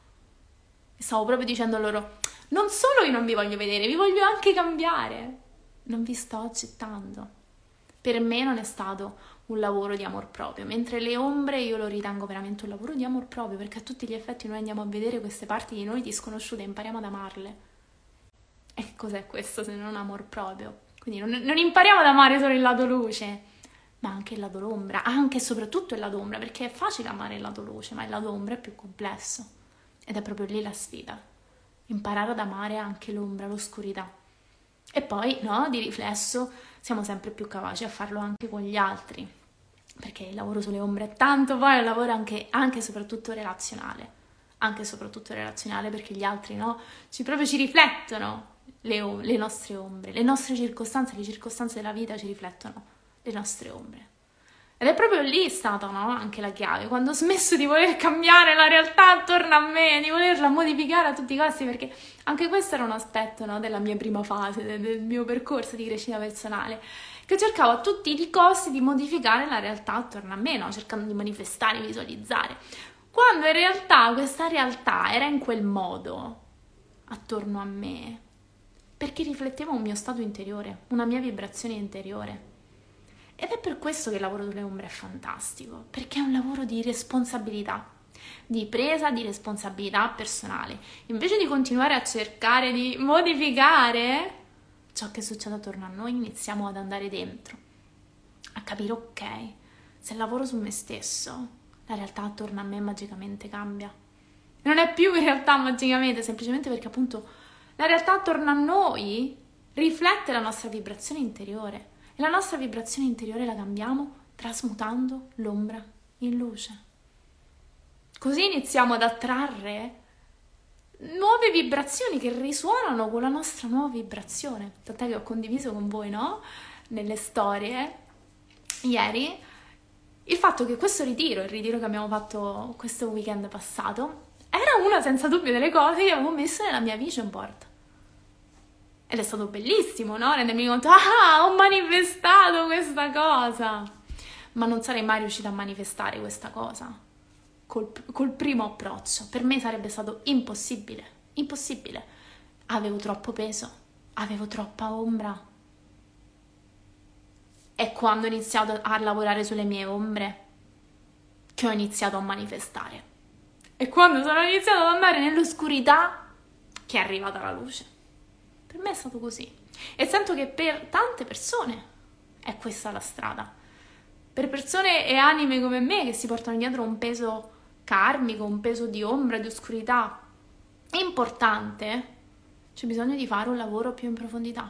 E stavo proprio dicendo loro, non solo io non vi voglio vedere, vi voglio anche cambiare. Non vi sto accettando. Per me non è stato un lavoro di amor proprio, mentre le ombre io lo ritengo veramente un lavoro di amor proprio, perché a tutti gli effetti noi andiamo a vedere queste parti di noi disconosciute e impariamo ad amarle. E che cos'è questo se non amor proprio? Quindi non, non impariamo ad amare solo il lato luce, ma anche il lato ombra, anche e soprattutto il lato ombra, perché è facile amare il lato luce, ma il lato ombra è più complesso. Ed è proprio lì la sfida, imparare ad amare anche l'ombra, l'oscurità. E poi, no, di riflesso, siamo sempre più capaci a farlo anche con gli altri, perché il lavoro sulle ombre è tanto, poi è un lavoro anche, anche e soprattutto relazionale, anche e soprattutto relazionale, perché gli altri, no, ci proprio ci riflettono le, le nostre ombre, le nostre circostanze, le circostanze della vita ci riflettono le nostre ombre. Ed è proprio lì stata, no, anche la chiave, quando ho smesso di voler cambiare la realtà attorno a me, di volerla modificare a tutti i costi, perché anche questo era un aspetto, no, della mia prima fase, del, del mio percorso di crescita personale, che cercavo a tutti i costi di modificare la realtà attorno a me, no, cercando di manifestare, visualizzare, quando in realtà questa realtà era in quel modo attorno a me, perché rifletteva un mio stato interiore, una mia vibrazione interiore. Ed è per questo che il lavoro sulle ombre è fantastico, perché è un lavoro di responsabilità, di presa di responsabilità personale. Invece di continuare a cercare di modificare ciò che succede attorno a noi, iniziamo ad andare dentro, a capire, ok, se lavoro su me stesso, la realtà attorno a me magicamente cambia. Non è più in realtà magicamente, semplicemente perché appunto la realtà attorno a noi riflette la nostra vibrazione interiore. E la nostra vibrazione interiore la cambiamo trasmutando l'ombra in luce. Così iniziamo ad attrarre nuove vibrazioni che risuonano con la nostra nuova vibrazione. Tant'è che ho condiviso con voi, no? Nelle storie, ieri, il fatto che questo ritiro, il ritiro che abbiamo fatto questo weekend passato, era una senza dubbio delle cose che avevo messo nella mia vision board. Ed Ed è stato bellissimo, no? Rendermi conto, ah, ho manifestato questa cosa. Ma non sarei mai riuscita a manifestare questa cosa col, col primo approccio. Per me sarebbe stato impossibile, impossibile. Avevo troppo peso, avevo troppa ombra. È quando ho iniziato a lavorare sulle mie ombre che ho iniziato a manifestare. E quando sono iniziato ad andare nell'oscurità che è arrivata la luce. Per me è stato così. E sento che per tante persone è questa la strada. Per persone e anime come me che si portano dietro un peso karmico, un peso di ombra, di oscurità importante, c'è bisogno di fare un lavoro più in profondità.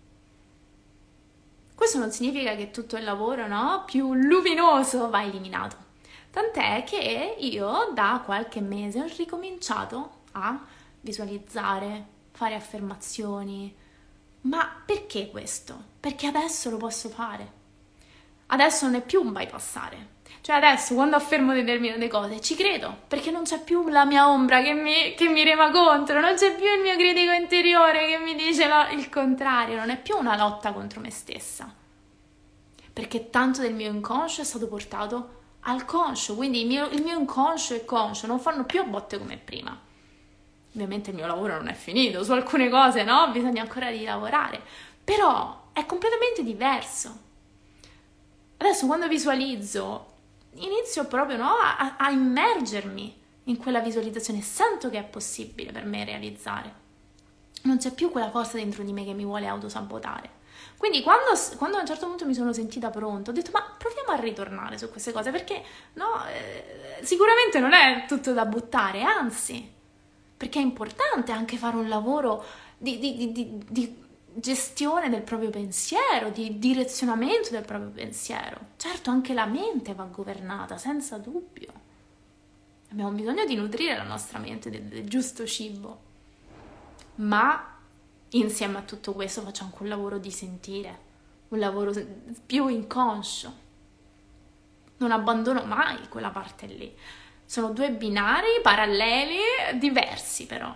Questo non significa che tutto il lavoro, no, più luminoso va eliminato. Tant'è che io da qualche mese ho ricominciato a visualizzare, fare affermazioni. Ma perché questo? Perché adesso lo posso fare. Adesso non è più un bypassare. Cioè adesso quando affermo determinate cose ci credo, perché non c'è più la mia ombra che mi, che mi rema contro, non c'è più il mio critico interiore che mi dice la, il contrario, non è più una lotta contro me stessa. Perché tanto del mio inconscio è stato portato al conscio, quindi il mio, il mio inconscio e conscio non fanno più a botte come prima. Ovviamente il mio lavoro non è finito, su alcune cose no, bisogna ancora di lavorare, però è completamente diverso. Adesso quando visualizzo inizio proprio no, a, a immergermi in quella visualizzazione, sento che è possibile per me realizzare. Non c'è più quella forza dentro di me che mi vuole autosabotare. Quindi quando, quando a un certo punto mi sono sentita pronta, ho detto ma proviamo a ritornare su queste cose, perché no, eh, sicuramente non è tutto da buttare, anzi, perché è importante anche fare un lavoro di, di, di, di, di gestione del proprio pensiero, di direzionamento del proprio pensiero. Certo, anche la mente va governata, senza dubbio. Abbiamo bisogno di nutrire la nostra mente del, del giusto cibo, ma insieme a tutto questo facciamo anche un lavoro di sentire, un lavoro più inconscio. Non abbandono mai quella parte lì. Sono due binari paralleli, diversi però.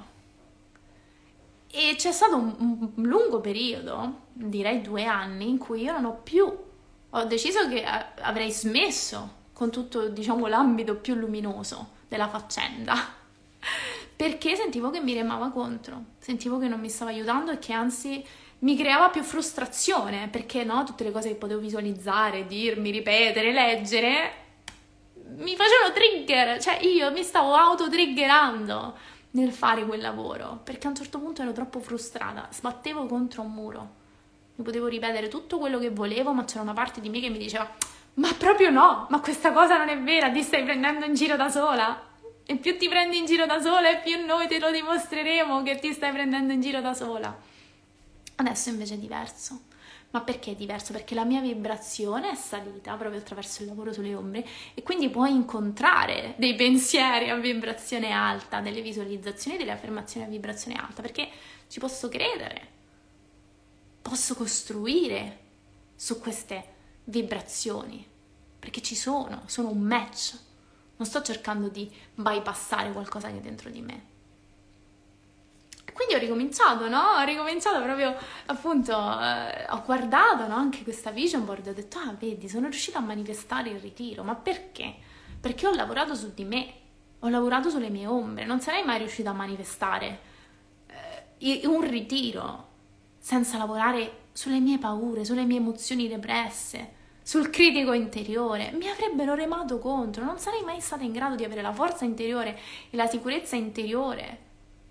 E c'è stato un, un lungo periodo, direi due anni, in cui io non ho più, ho deciso che avrei smesso con tutto, diciamo, l'ambito più luminoso della faccenda, perché sentivo che mi remava contro, sentivo che non mi stava aiutando e che anzi mi creava più frustrazione, perché no, tutte le cose che potevo visualizzare, dirmi, ripetere, leggere, mi facevano trigger, cioè io mi stavo autotriggerando nel fare quel lavoro, perché a un certo punto ero troppo frustrata, sbattevo contro un muro, mi potevo ripetere tutto quello che volevo, ma c'era una parte di me che mi diceva ma proprio no, ma questa cosa non è vera, ti stai prendendo in giro da sola, e più ti prendi in giro da sola e più noi te lo dimostreremo che ti stai prendendo in giro da sola. Adesso invece è diverso. Ma perché è diverso? Perché la mia vibrazione è salita proprio attraverso il lavoro sulle ombre e quindi puoi incontrare dei pensieri a vibrazione alta, delle visualizzazioni, delle affermazioni a vibrazione alta, perché ci posso credere, posso costruire su queste vibrazioni, perché ci sono, sono un match, non sto cercando di bypassare qualcosa che è dentro di me. Quindi ho ricominciato, no? Ho ricominciato proprio, appunto, eh, ho guardato, no? Anche questa vision board, ho detto, ah, vedi, sono riuscita a manifestare il ritiro, ma perché? Perché ho lavorato su di me, ho lavorato sulle mie ombre, non sarei mai riuscita a manifestare eh, un ritiro senza lavorare sulle mie paure, sulle mie emozioni represse, sul critico interiore, mi avrebbero remato contro, non sarei mai stata in grado di avere la forza interiore e la sicurezza interiore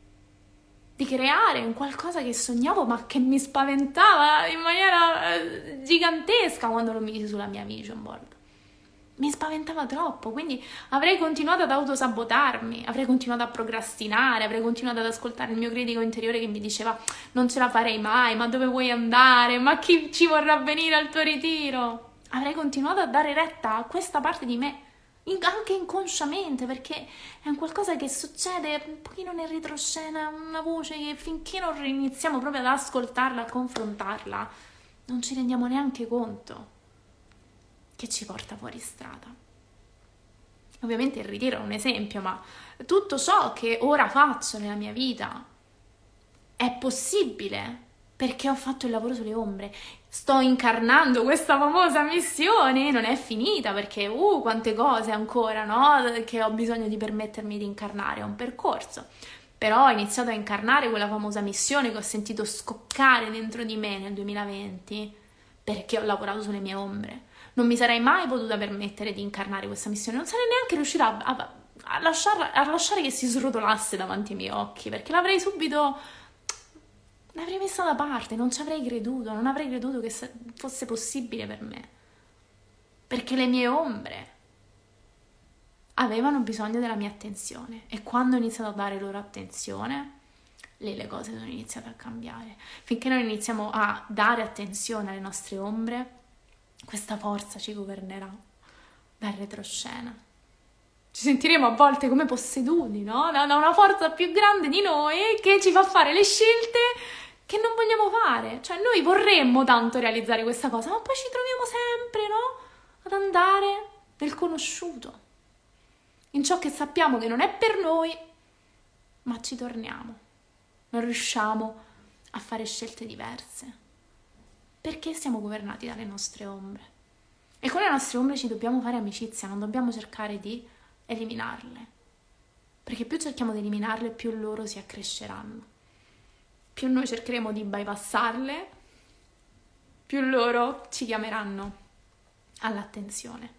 di creare un qualcosa che sognavo ma che mi spaventava in maniera eh, gigantesca quando lo misi sulla mia vision board. Mi spaventava troppo, quindi avrei continuato ad autosabotarmi, avrei continuato a procrastinare, avrei continuato ad ascoltare il mio critico interiore che mi diceva non ce la farei mai, ma dove vuoi andare, ma chi ci vorrà venire al tuo ritiro? Avrei continuato a dare retta a questa parte di me, anche inconsciamente, perché è un qualcosa che succede un pochino nel retroscena, una voce che finché non iniziamo proprio ad ascoltarla, a confrontarla, non ci rendiamo neanche conto che ci porta fuori strada. Ovviamente il ritiro è un esempio, ma tutto ciò che ora faccio nella mia vita è possibile perché ho fatto il lavoro sulle ombre. Sto incarnando questa famosa missione, non è finita perché, uh, quante cose ancora, no? Che ho bisogno di permettermi di incarnare, è un percorso. Però ho iniziato a incarnare quella famosa missione che ho sentito scoccare dentro di me nel duemilaventi perché ho lavorato sulle mie ombre. Non mi sarei mai potuta permettere di incarnare questa missione, non sarei neanche riuscita a, a, a, lasciar, a lasciare che si srotolasse davanti ai miei occhi, perché l'avrei subito, l'avrei messa da parte, non ci avrei creduto, non avrei creduto che fosse possibile per me, perché le mie ombre avevano bisogno della mia attenzione e quando ho iniziato a dare loro attenzione, lì le cose sono iniziate a cambiare. Finché noi iniziamo a dare attenzione alle nostre ombre, questa forza ci governerà dal retroscena. Ci sentiremo a volte come posseduti, no? Da una forza più grande di noi che ci fa fare le scelte che non vogliamo fare. Cioè noi vorremmo tanto realizzare questa cosa, ma poi ci troviamo sempre, no? Ad andare nel conosciuto, in ciò che sappiamo che non è per noi, ma ci torniamo. Non riusciamo a fare scelte diverse perché siamo governati dalle nostre ombre e con le nostre ombre ci dobbiamo fare amicizia, non dobbiamo cercare di eliminarle, perché più cerchiamo di eliminarle più loro si accresceranno, più noi cercheremo di bypassarle, più loro ci chiameranno all'attenzione.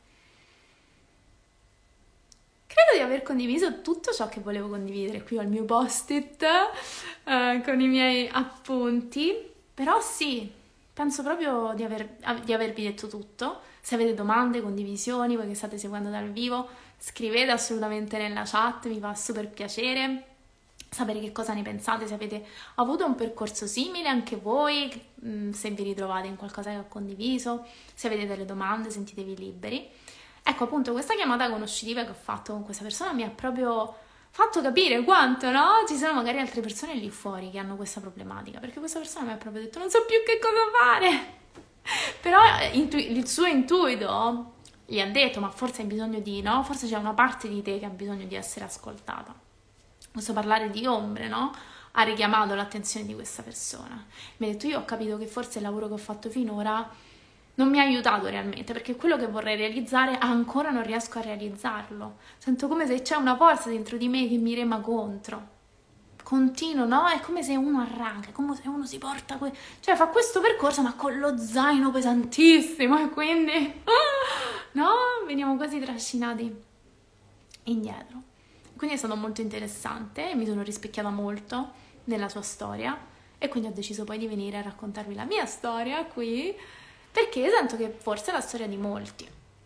Credo di aver condiviso tutto ciò che volevo condividere qui al mio post-it eh, con i miei appunti, però sì, penso proprio di, aver, di avervi detto tutto. Se avete domande, condivisioni, voi che state seguendo dal vivo, scrivete assolutamente nella chat, mi fa super piacere sapere che cosa ne pensate, se avete avuto un percorso simile anche voi, se vi ritrovate in qualcosa che ho condiviso, se avete delle domande sentitevi liberi. Ecco appunto questa chiamata conoscitiva che ho fatto con questa persona mi ha proprio fatto capire quanto, no? Ci sono magari altre persone lì fuori che hanno questa problematica, perché questa persona mi ha proprio detto non so più che cosa fare, però intu- il suo intuito gli ha detto ma forse hai bisogno di, no? Forse c'è una parte di te che ha bisogno di essere ascoltata. Questo parlare di ombre, no? Ha richiamato l'attenzione di questa persona. Mi ha detto io ho capito che forse il lavoro che ho fatto finora non mi ha aiutato realmente, perché quello che vorrei realizzare ancora non riesco a realizzarlo. Sento come se c'è una forza dentro di me che mi rema contro. Continuo, no? È come se uno arranca, è come se uno si porta... Que- cioè fa questo percorso ma con lo zaino pesantissimo e quindi... no? Veniamo quasi trascinati indietro. Quindi è stato molto interessante, mi sono rispecchiata molto nella sua storia e quindi ho deciso poi di venire a raccontarvi la mia storia qui, perché sento che forse è la storia di molti.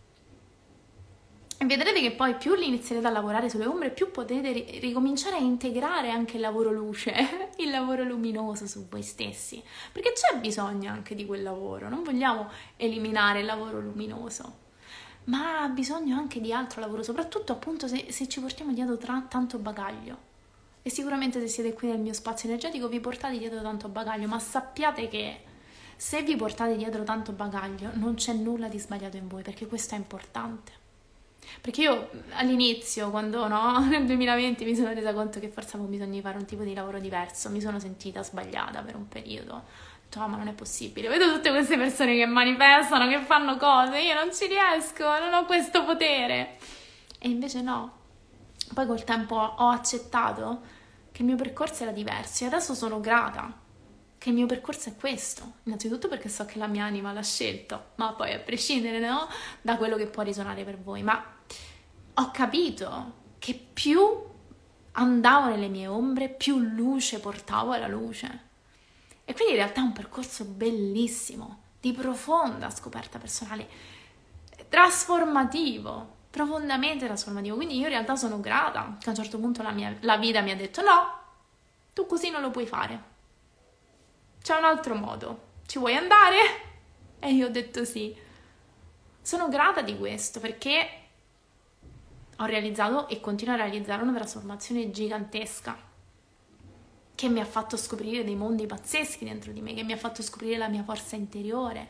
E vedrete che poi più inizierete a lavorare sulle ombre, più potete ri- ricominciare a integrare anche il lavoro luce, il lavoro luminoso su voi stessi, perché c'è bisogno anche di quel lavoro, non vogliamo eliminare il lavoro luminoso, ma ha bisogno anche di altro lavoro, soprattutto appunto se, se ci portiamo dietro tra- tanto bagaglio. E sicuramente se siete qui nel mio spazio energetico vi portate dietro tanto bagaglio, ma sappiate che se vi portate dietro tanto bagaglio non c'è nulla di sbagliato in voi, perché questo è importante. Perché io all'inizio, quando no, nel duemilaventi mi sono resa conto che forse avevo bisogno di fare un tipo di lavoro diverso, mi sono sentita sbagliata per un periodo. Ho detto, oh, ma non è possibile, vedo tutte queste persone che manifestano, che fanno cose, io non ci riesco, non ho questo potere. E invece no. Poi col tempo ho accettato che il mio percorso era diverso e adesso sono grata che il mio percorso è questo, innanzitutto perché so che la mia anima l'ha scelto, ma poi a prescindere, no, da quello che può risuonare per voi, ma ho capito che più andavo nelle mie ombre, più luce portavo alla luce. E quindi in realtà è un percorso bellissimo, di profonda scoperta personale, trasformativo, profondamente trasformativo. Quindi io in realtà sono grata che a un certo punto la, mia, la vita mi ha detto no, tu così non lo puoi fare. C'è un altro modo, ci vuoi andare? E io ho detto sì. Sono grata di questo perché ho realizzato e continuo a realizzare una trasformazione gigantesca che mi ha fatto scoprire dei mondi pazzeschi dentro di me, che mi ha fatto scoprire la mia forza interiore,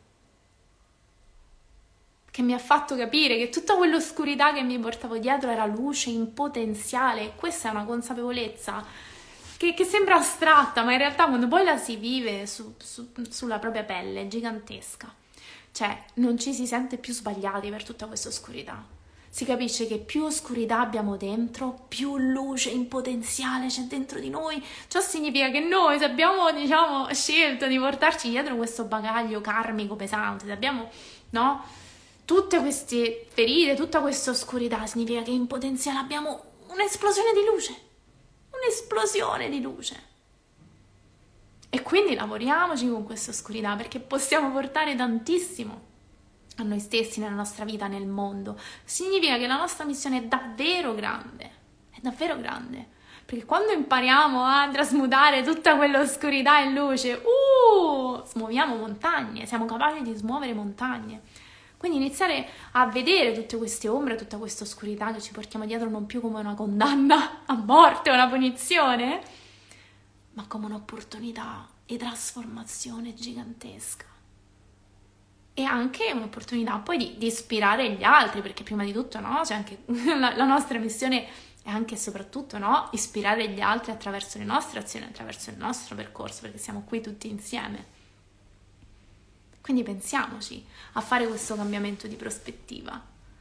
che mi ha fatto capire che tutta quell'oscurità che mi portavo dietro era luce in potenziale. Questa è una consapevolezza che, che sembra astratta, ma in realtà quando poi la si vive su, su, sulla propria pelle è gigantesca. Cioè, non ci si sente più sbagliati per tutta questa oscurità. Si capisce che più oscurità abbiamo dentro, più luce in potenziale c'è dentro di noi. Ciò significa che noi, se abbiamo, diciamo, scelto di portarci dietro questo bagaglio karmico pesante, se abbiamo, no, tutte queste ferite, tutta questa oscurità, significa che in potenziale abbiamo un'esplosione di luce. Un'esplosione di luce. E quindi lavoriamoci con questa oscurità, perché possiamo portare tantissimo a noi stessi, nella nostra vita, nel mondo. Significa che la nostra missione è davvero grande, è davvero grande, perché quando impariamo a trasmutare tutta quell'oscurità in luce, uh, smuoviamo montagne, siamo capaci di smuovere montagne. Quindi iniziare a vedere tutte queste ombre, tutta questa oscurità che ci portiamo dietro non più come una condanna a morte, una punizione, ma come un'opportunità di trasformazione gigantesca. E anche un'opportunità poi di, di ispirare gli altri, perché prima di tutto, no, c'è anche la, la nostra missione è anche e soprattutto, no, ispirare gli altri attraverso le nostre azioni, attraverso il nostro percorso, perché siamo qui tutti insieme. Quindi pensiamoci a fare questo cambiamento di prospettiva,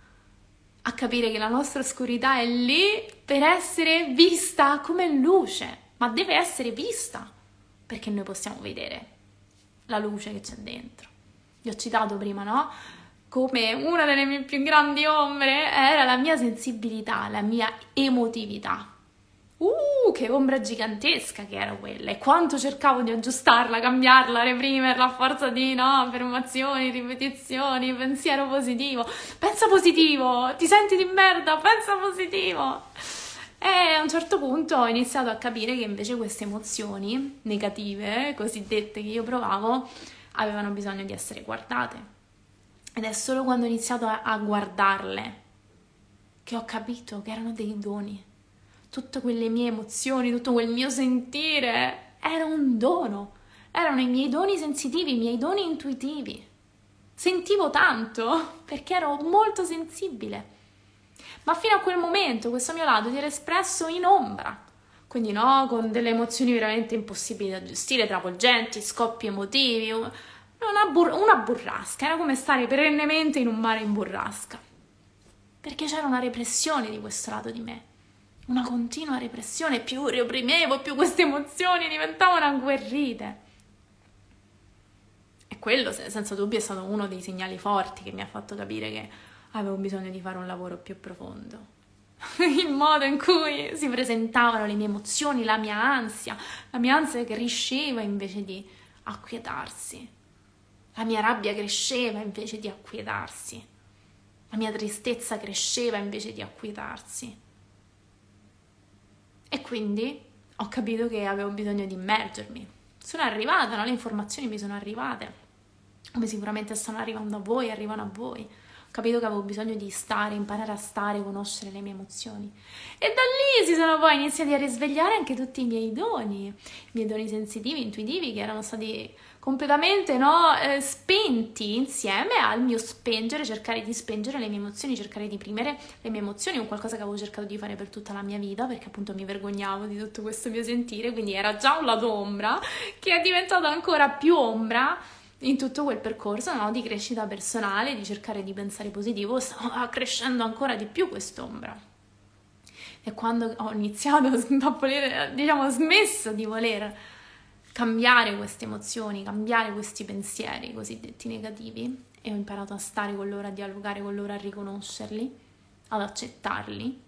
a capire che la nostra oscurità è lì per essere vista come luce, ma deve essere vista, perché noi possiamo vedere la luce che c'è dentro. Vi ho citato prima, no? Come una delle mie più grandi ombre era la mia sensibilità, la mia emotività. Uh, che ombra gigantesca che era quella! E quanto cercavo di aggiustarla, cambiarla, reprimerla a forza di, no, affermazioni, ripetizioni, pensiero positivo. Pensa positivo! Ti senti di merda? Pensa positivo! E a un certo punto ho iniziato a capire che invece queste emozioni negative, cosiddette, che io provavo, avevano bisogno di essere guardate. Ed è solo quando ho iniziato a, a guardarle che ho capito che erano dei doni. Tutte quelle mie emozioni, tutto quel mio sentire era un dono. Erano i miei doni sensitivi, i miei doni intuitivi. Sentivo tanto perché ero molto sensibile. Ma fino a quel momento questo mio lato si era espresso in ombra. Quindi no, con delle emozioni veramente impossibili da gestire, travolgenti, scoppi emotivi, una, bur- una burrasca, era come stare perennemente in un mare in burrasca, perché c'era una repressione di questo lato di me, una continua repressione, più reprimevo, più queste emozioni diventavano agguerrite. E quello senza dubbio è stato uno dei segnali forti che mi ha fatto capire che avevo bisogno di fare un lavoro più profondo. Il modo in cui si presentavano le mie emozioni, la mia ansia, la mia ansia cresceva invece di acquietarsi, la mia rabbia cresceva invece di acquietarsi, la mia tristezza cresceva invece di acquietarsi. E quindi ho capito che avevo bisogno di immergermi. Sono arrivata, no? Le informazioni mi sono arrivate, come sicuramente stanno arrivando a voi, arrivano a voi. Ho capito che avevo bisogno di stare, imparare a stare, conoscere le mie emozioni. E da lì si sono poi iniziati a risvegliare anche tutti i miei doni, i miei doni sensitivi, intuitivi, che erano stati completamente, no, eh, spenti insieme al mio spengere, cercare di spengere le mie emozioni, cercare di primere le mie emozioni, un qualcosa che avevo cercato di fare per tutta la mia vita, perché appunto mi vergognavo di tutto questo mio sentire, quindi era già un lato ombra, che è diventato ancora più ombra in tutto quel percorso, no, di crescita personale, di cercare di pensare positivo, stava crescendo ancora di più quest'ombra. E quando ho iniziato a voler, diciamo, smesso di voler cambiare queste emozioni, cambiare questi pensieri cosiddetti negativi, e ho imparato a stare con loro, a dialogare con loro, a riconoscerli, ad accettarli,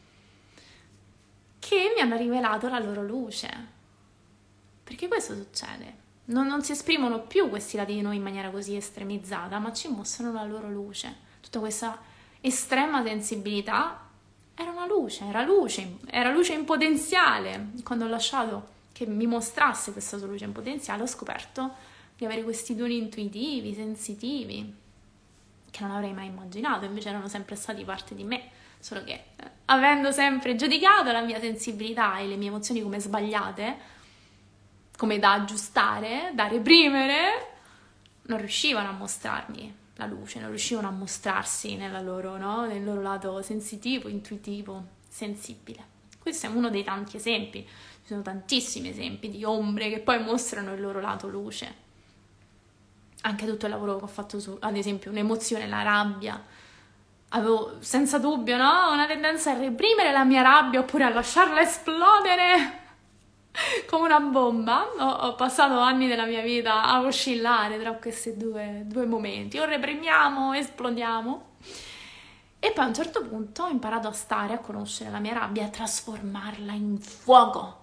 che mi hanno rivelato la loro luce. Perché questo succede. Non, non si esprimono più questi lati di noi in maniera così estremizzata, ma ci mostrano la loro luce. Tutta questa estrema sensibilità era una luce, era luce, era luce in potenziale. Quando ho lasciato che mi mostrasse questa sua luce in potenziale, ho scoperto di avere questi doni intuitivi, sensitivi, che non avrei mai immaginato, invece erano sempre stati parte di me, solo che eh, avendo sempre giudicato la mia sensibilità e le mie emozioni come sbagliate, come da aggiustare, da reprimere, non riuscivano a mostrarmi la luce, non riuscivano a mostrarsi nella loro, no? Nel loro lato sensitivo, intuitivo, sensibile. Questo è uno dei tanti esempi. Ci sono tantissimi esempi di ombre che poi mostrano il loro lato luce. Anche tutto il lavoro che ho fatto su, ad esempio, un'emozione, la rabbia. Avevo senza dubbio, no? Una tendenza a reprimere la mia rabbia oppure a lasciarla esplodere come una bomba. Ho, ho passato anni della mia vita a oscillare tra questi due, due momenti. O reprimiamo, esplodiamo. E poi a un certo punto ho imparato a stare, a conoscere la mia rabbia e a trasformarla in fuoco.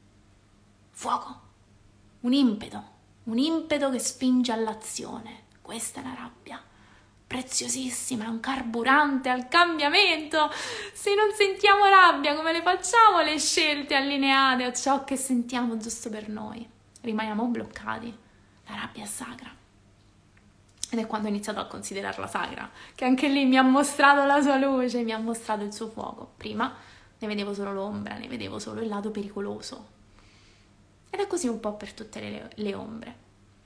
Fuoco. Un impeto. Un impeto che spinge all'azione. Questa è la rabbia. Preziosissima, è un carburante al cambiamento. Se non sentiamo rabbia, come le facciamo le scelte allineate a ciò che sentiamo giusto per noi? Rimaniamo bloccati. La rabbia è sacra. Ed è quando ho iniziato a considerarla sacra, che anche lì mi ha mostrato la sua luce, mi ha mostrato il suo fuoco. Prima ne vedevo solo l'ombra, ne vedevo solo il lato pericoloso. Ed è così un po' per tutte le, le ombre.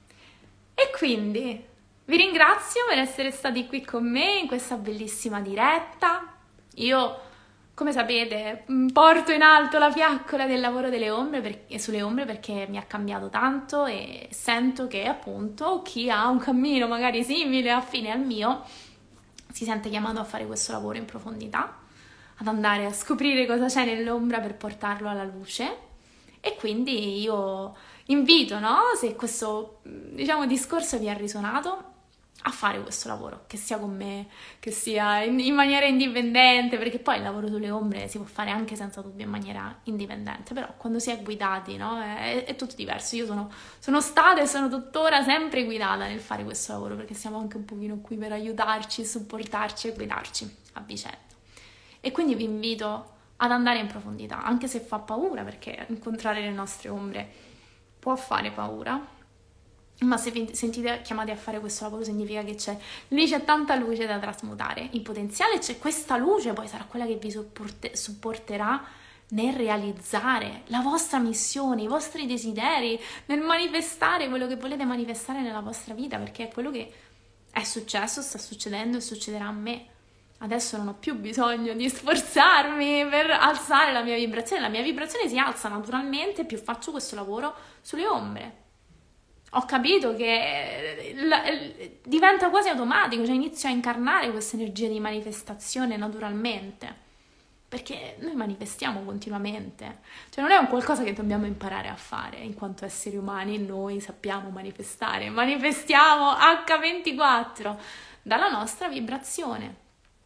E quindi vi ringrazio per essere stati qui con me in questa bellissima diretta. Io, come sapete, porto in alto la fiaccola del lavoro delle ombre perché, sulle ombre perché mi ha cambiato tanto e sento che appunto chi ha un cammino magari simile, affine al mio, si sente chiamato a fare questo lavoro in profondità, ad andare a scoprire cosa c'è nell'ombra per portarlo alla luce. E quindi io invito, no? Se questo, diciamo, discorso vi ha risuonato, a fare questo lavoro, che sia con me, che sia in, in maniera indipendente, perché poi il lavoro sulle ombre si può fare anche senza dubbio in maniera indipendente, però quando si è guidati, no? È, è tutto diverso. Io sono, sono stata e sono tuttora sempre guidata nel fare questo lavoro, perché siamo anche un pochino qui per aiutarci, supportarci e guidarci a vicenda. E quindi vi invito ad andare in profondità, anche se fa paura, perché incontrare le nostre ombre può fare paura, ma se vi sentite chiamati a fare questo lavoro significa che c'è, lì c'è tanta luce da trasmutare in potenziale, c'è questa luce, poi sarà quella che vi supporte, supporterà nel realizzare la vostra missione, i vostri desideri, nel manifestare quello che volete manifestare nella vostra vita, perché è quello che è successo, sta succedendo e succederà a me. Adesso non ho più bisogno di sforzarmi per alzare la mia vibrazione, la mia vibrazione si alza naturalmente più faccio questo lavoro sulle ombre. Ho capito che la, diventa quasi automatico, cioè inizio a incarnare questa energia di manifestazione naturalmente, perché noi manifestiamo continuamente, cioè non è un qualcosa che dobbiamo imparare a fare, in quanto esseri umani noi sappiamo manifestare, manifestiamo acca ventiquattro dalla nostra vibrazione.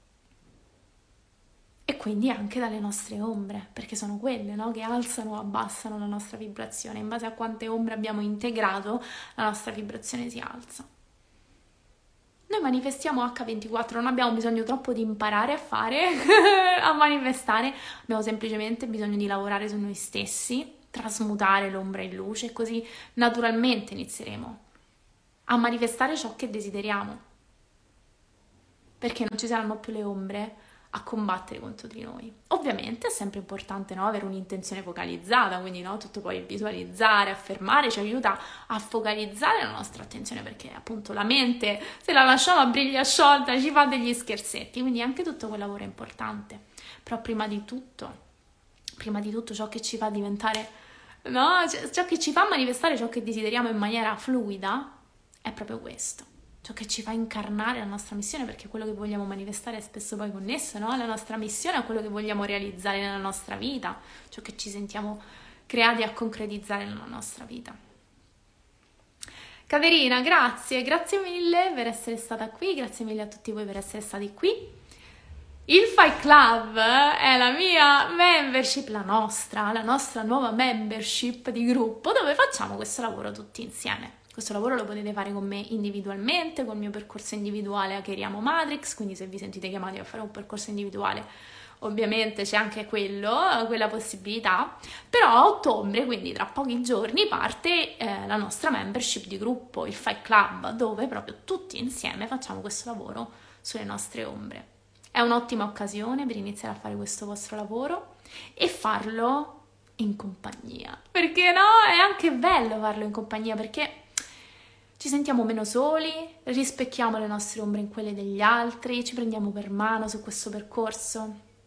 E quindi anche dalle nostre ombre, perché sono quelle, no, che alzano o abbassano la nostra vibrazione. In base a quante ombre abbiamo integrato, la nostra vibrazione si alza. Noi manifestiamo acca ventiquattro, non abbiamo bisogno troppo di imparare a fare, a manifestare, abbiamo semplicemente bisogno di lavorare su noi stessi, trasmutare l'ombra in luce, e così naturalmente inizieremo a manifestare ciò che desideriamo. Perché non ci saranno più le ombre a combattere contro di noi. Ovviamente è sempre importante, no, avere un'intenzione focalizzata, quindi no, tutto poi visualizzare, affermare ci aiuta a focalizzare la nostra attenzione, perché appunto la mente, se la lasciamo a briglia sciolta, ci fa degli scherzetti, quindi anche tutto quel lavoro è importante. Però prima di tutto, prima di tutto ciò che ci fa diventare, no, ciò che ci fa manifestare ciò che desideriamo in maniera fluida è proprio questo. Ciò che ci fa incarnare la nostra missione, perché quello che vogliamo manifestare è spesso poi connesso, no? La nostra missione a quello che vogliamo realizzare nella nostra vita, ciò che ci sentiamo creati a concretizzare nella nostra vita. Caterina, grazie, grazie mille per essere stata qui, grazie mille a tutti voi per essere stati qui. Il Fight Club è la mia membership, la nostra, la nostra nuova membership di gruppo, dove facciamo questo lavoro tutti insieme. Questo lavoro lo potete fare con me individualmente, col mio percorso individuale a Chiariamo Matrix, quindi se vi sentite chiamati a fare un percorso individuale, ovviamente c'è anche quello, quella possibilità, però a ottobre, quindi tra pochi giorni, parte eh, la nostra membership di gruppo, il Fight Club, dove proprio tutti insieme facciamo questo lavoro sulle nostre ombre. È un'ottima occasione per iniziare a fare questo vostro lavoro e farlo in compagnia, perché no? È anche bello farlo in compagnia, perché ci sentiamo meno soli, rispecchiamo le nostre ombre in quelle degli altri, ci prendiamo per mano su questo percorso.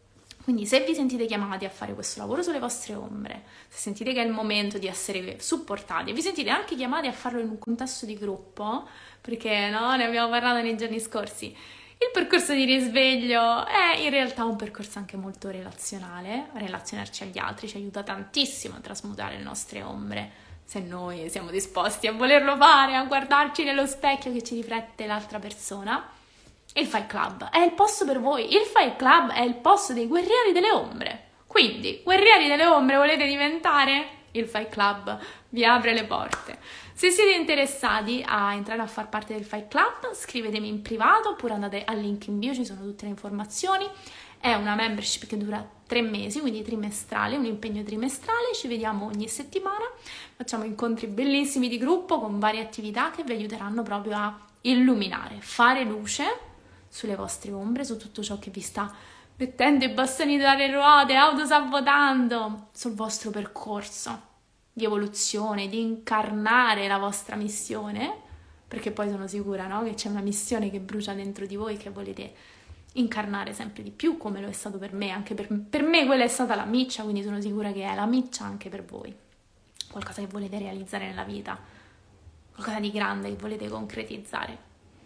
Quindi se vi sentite chiamati a fare questo lavoro sulle vostre ombre, se sentite che è il momento di essere supportati, e vi sentite anche chiamati a farlo in un contesto di gruppo, perché no, ne abbiamo parlato nei giorni scorsi, il percorso di risveglio è in realtà un percorso anche molto relazionale, relazionarci agli altri ci aiuta tantissimo a trasmutare le nostre ombre, se noi siamo disposti a volerlo fare, a guardarci nello specchio che ci riflette l'altra persona. Il Fight Club è il posto per voi, il Fight Club è il posto dei guerrieri delle ombre. Quindi, guerrieri delle ombre volete diventare? Il Fight Club vi apre le porte. Se siete interessati a entrare a far parte del Fight Club, scrivetemi in privato oppure andate al link in bio, ci sono tutte le informazioni. È una membership che dura tre mesi, quindi trimestrale, un impegno trimestrale, ci vediamo ogni settimana, facciamo incontri bellissimi di gruppo con varie attività che vi aiuteranno proprio a illuminare, fare luce sulle vostre ombre, su tutto ciò che vi sta mettendo i bastoni tra le ruote, autosabotando, sul vostro percorso di evoluzione, di incarnare la vostra missione, perché poi sono sicura, no? Che c'è una missione che brucia dentro di voi che volete incarnare sempre di più, come lo è stato per me, anche per, per me quella è stata la miccia, quindi sono sicura che è la miccia anche per voi, qualcosa che volete realizzare nella vita, qualcosa di grande che volete concretizzare.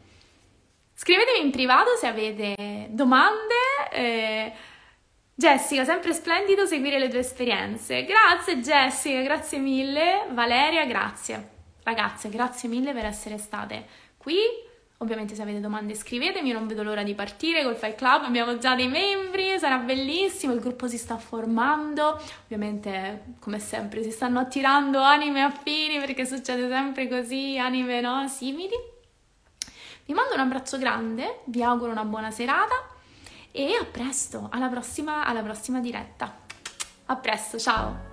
Scrivetemi in privato se avete domande. Eh, Jessica, sempre splendido seguire le tue esperienze. Grazie Jessica, grazie mille. Valeria, grazie. Ragazze, grazie mille per essere state qui. Ovviamente se avete domande scrivetemi, io non vedo l'ora di partire col Fight Club, abbiamo già dei membri, sarà bellissimo, il gruppo si sta formando, ovviamente come sempre si stanno attirando anime affini perché succede sempre così, anime no, simili. Vi mando un abbraccio grande, vi auguro una buona serata e a presto, alla prossima, alla prossima diretta. A presto, ciao!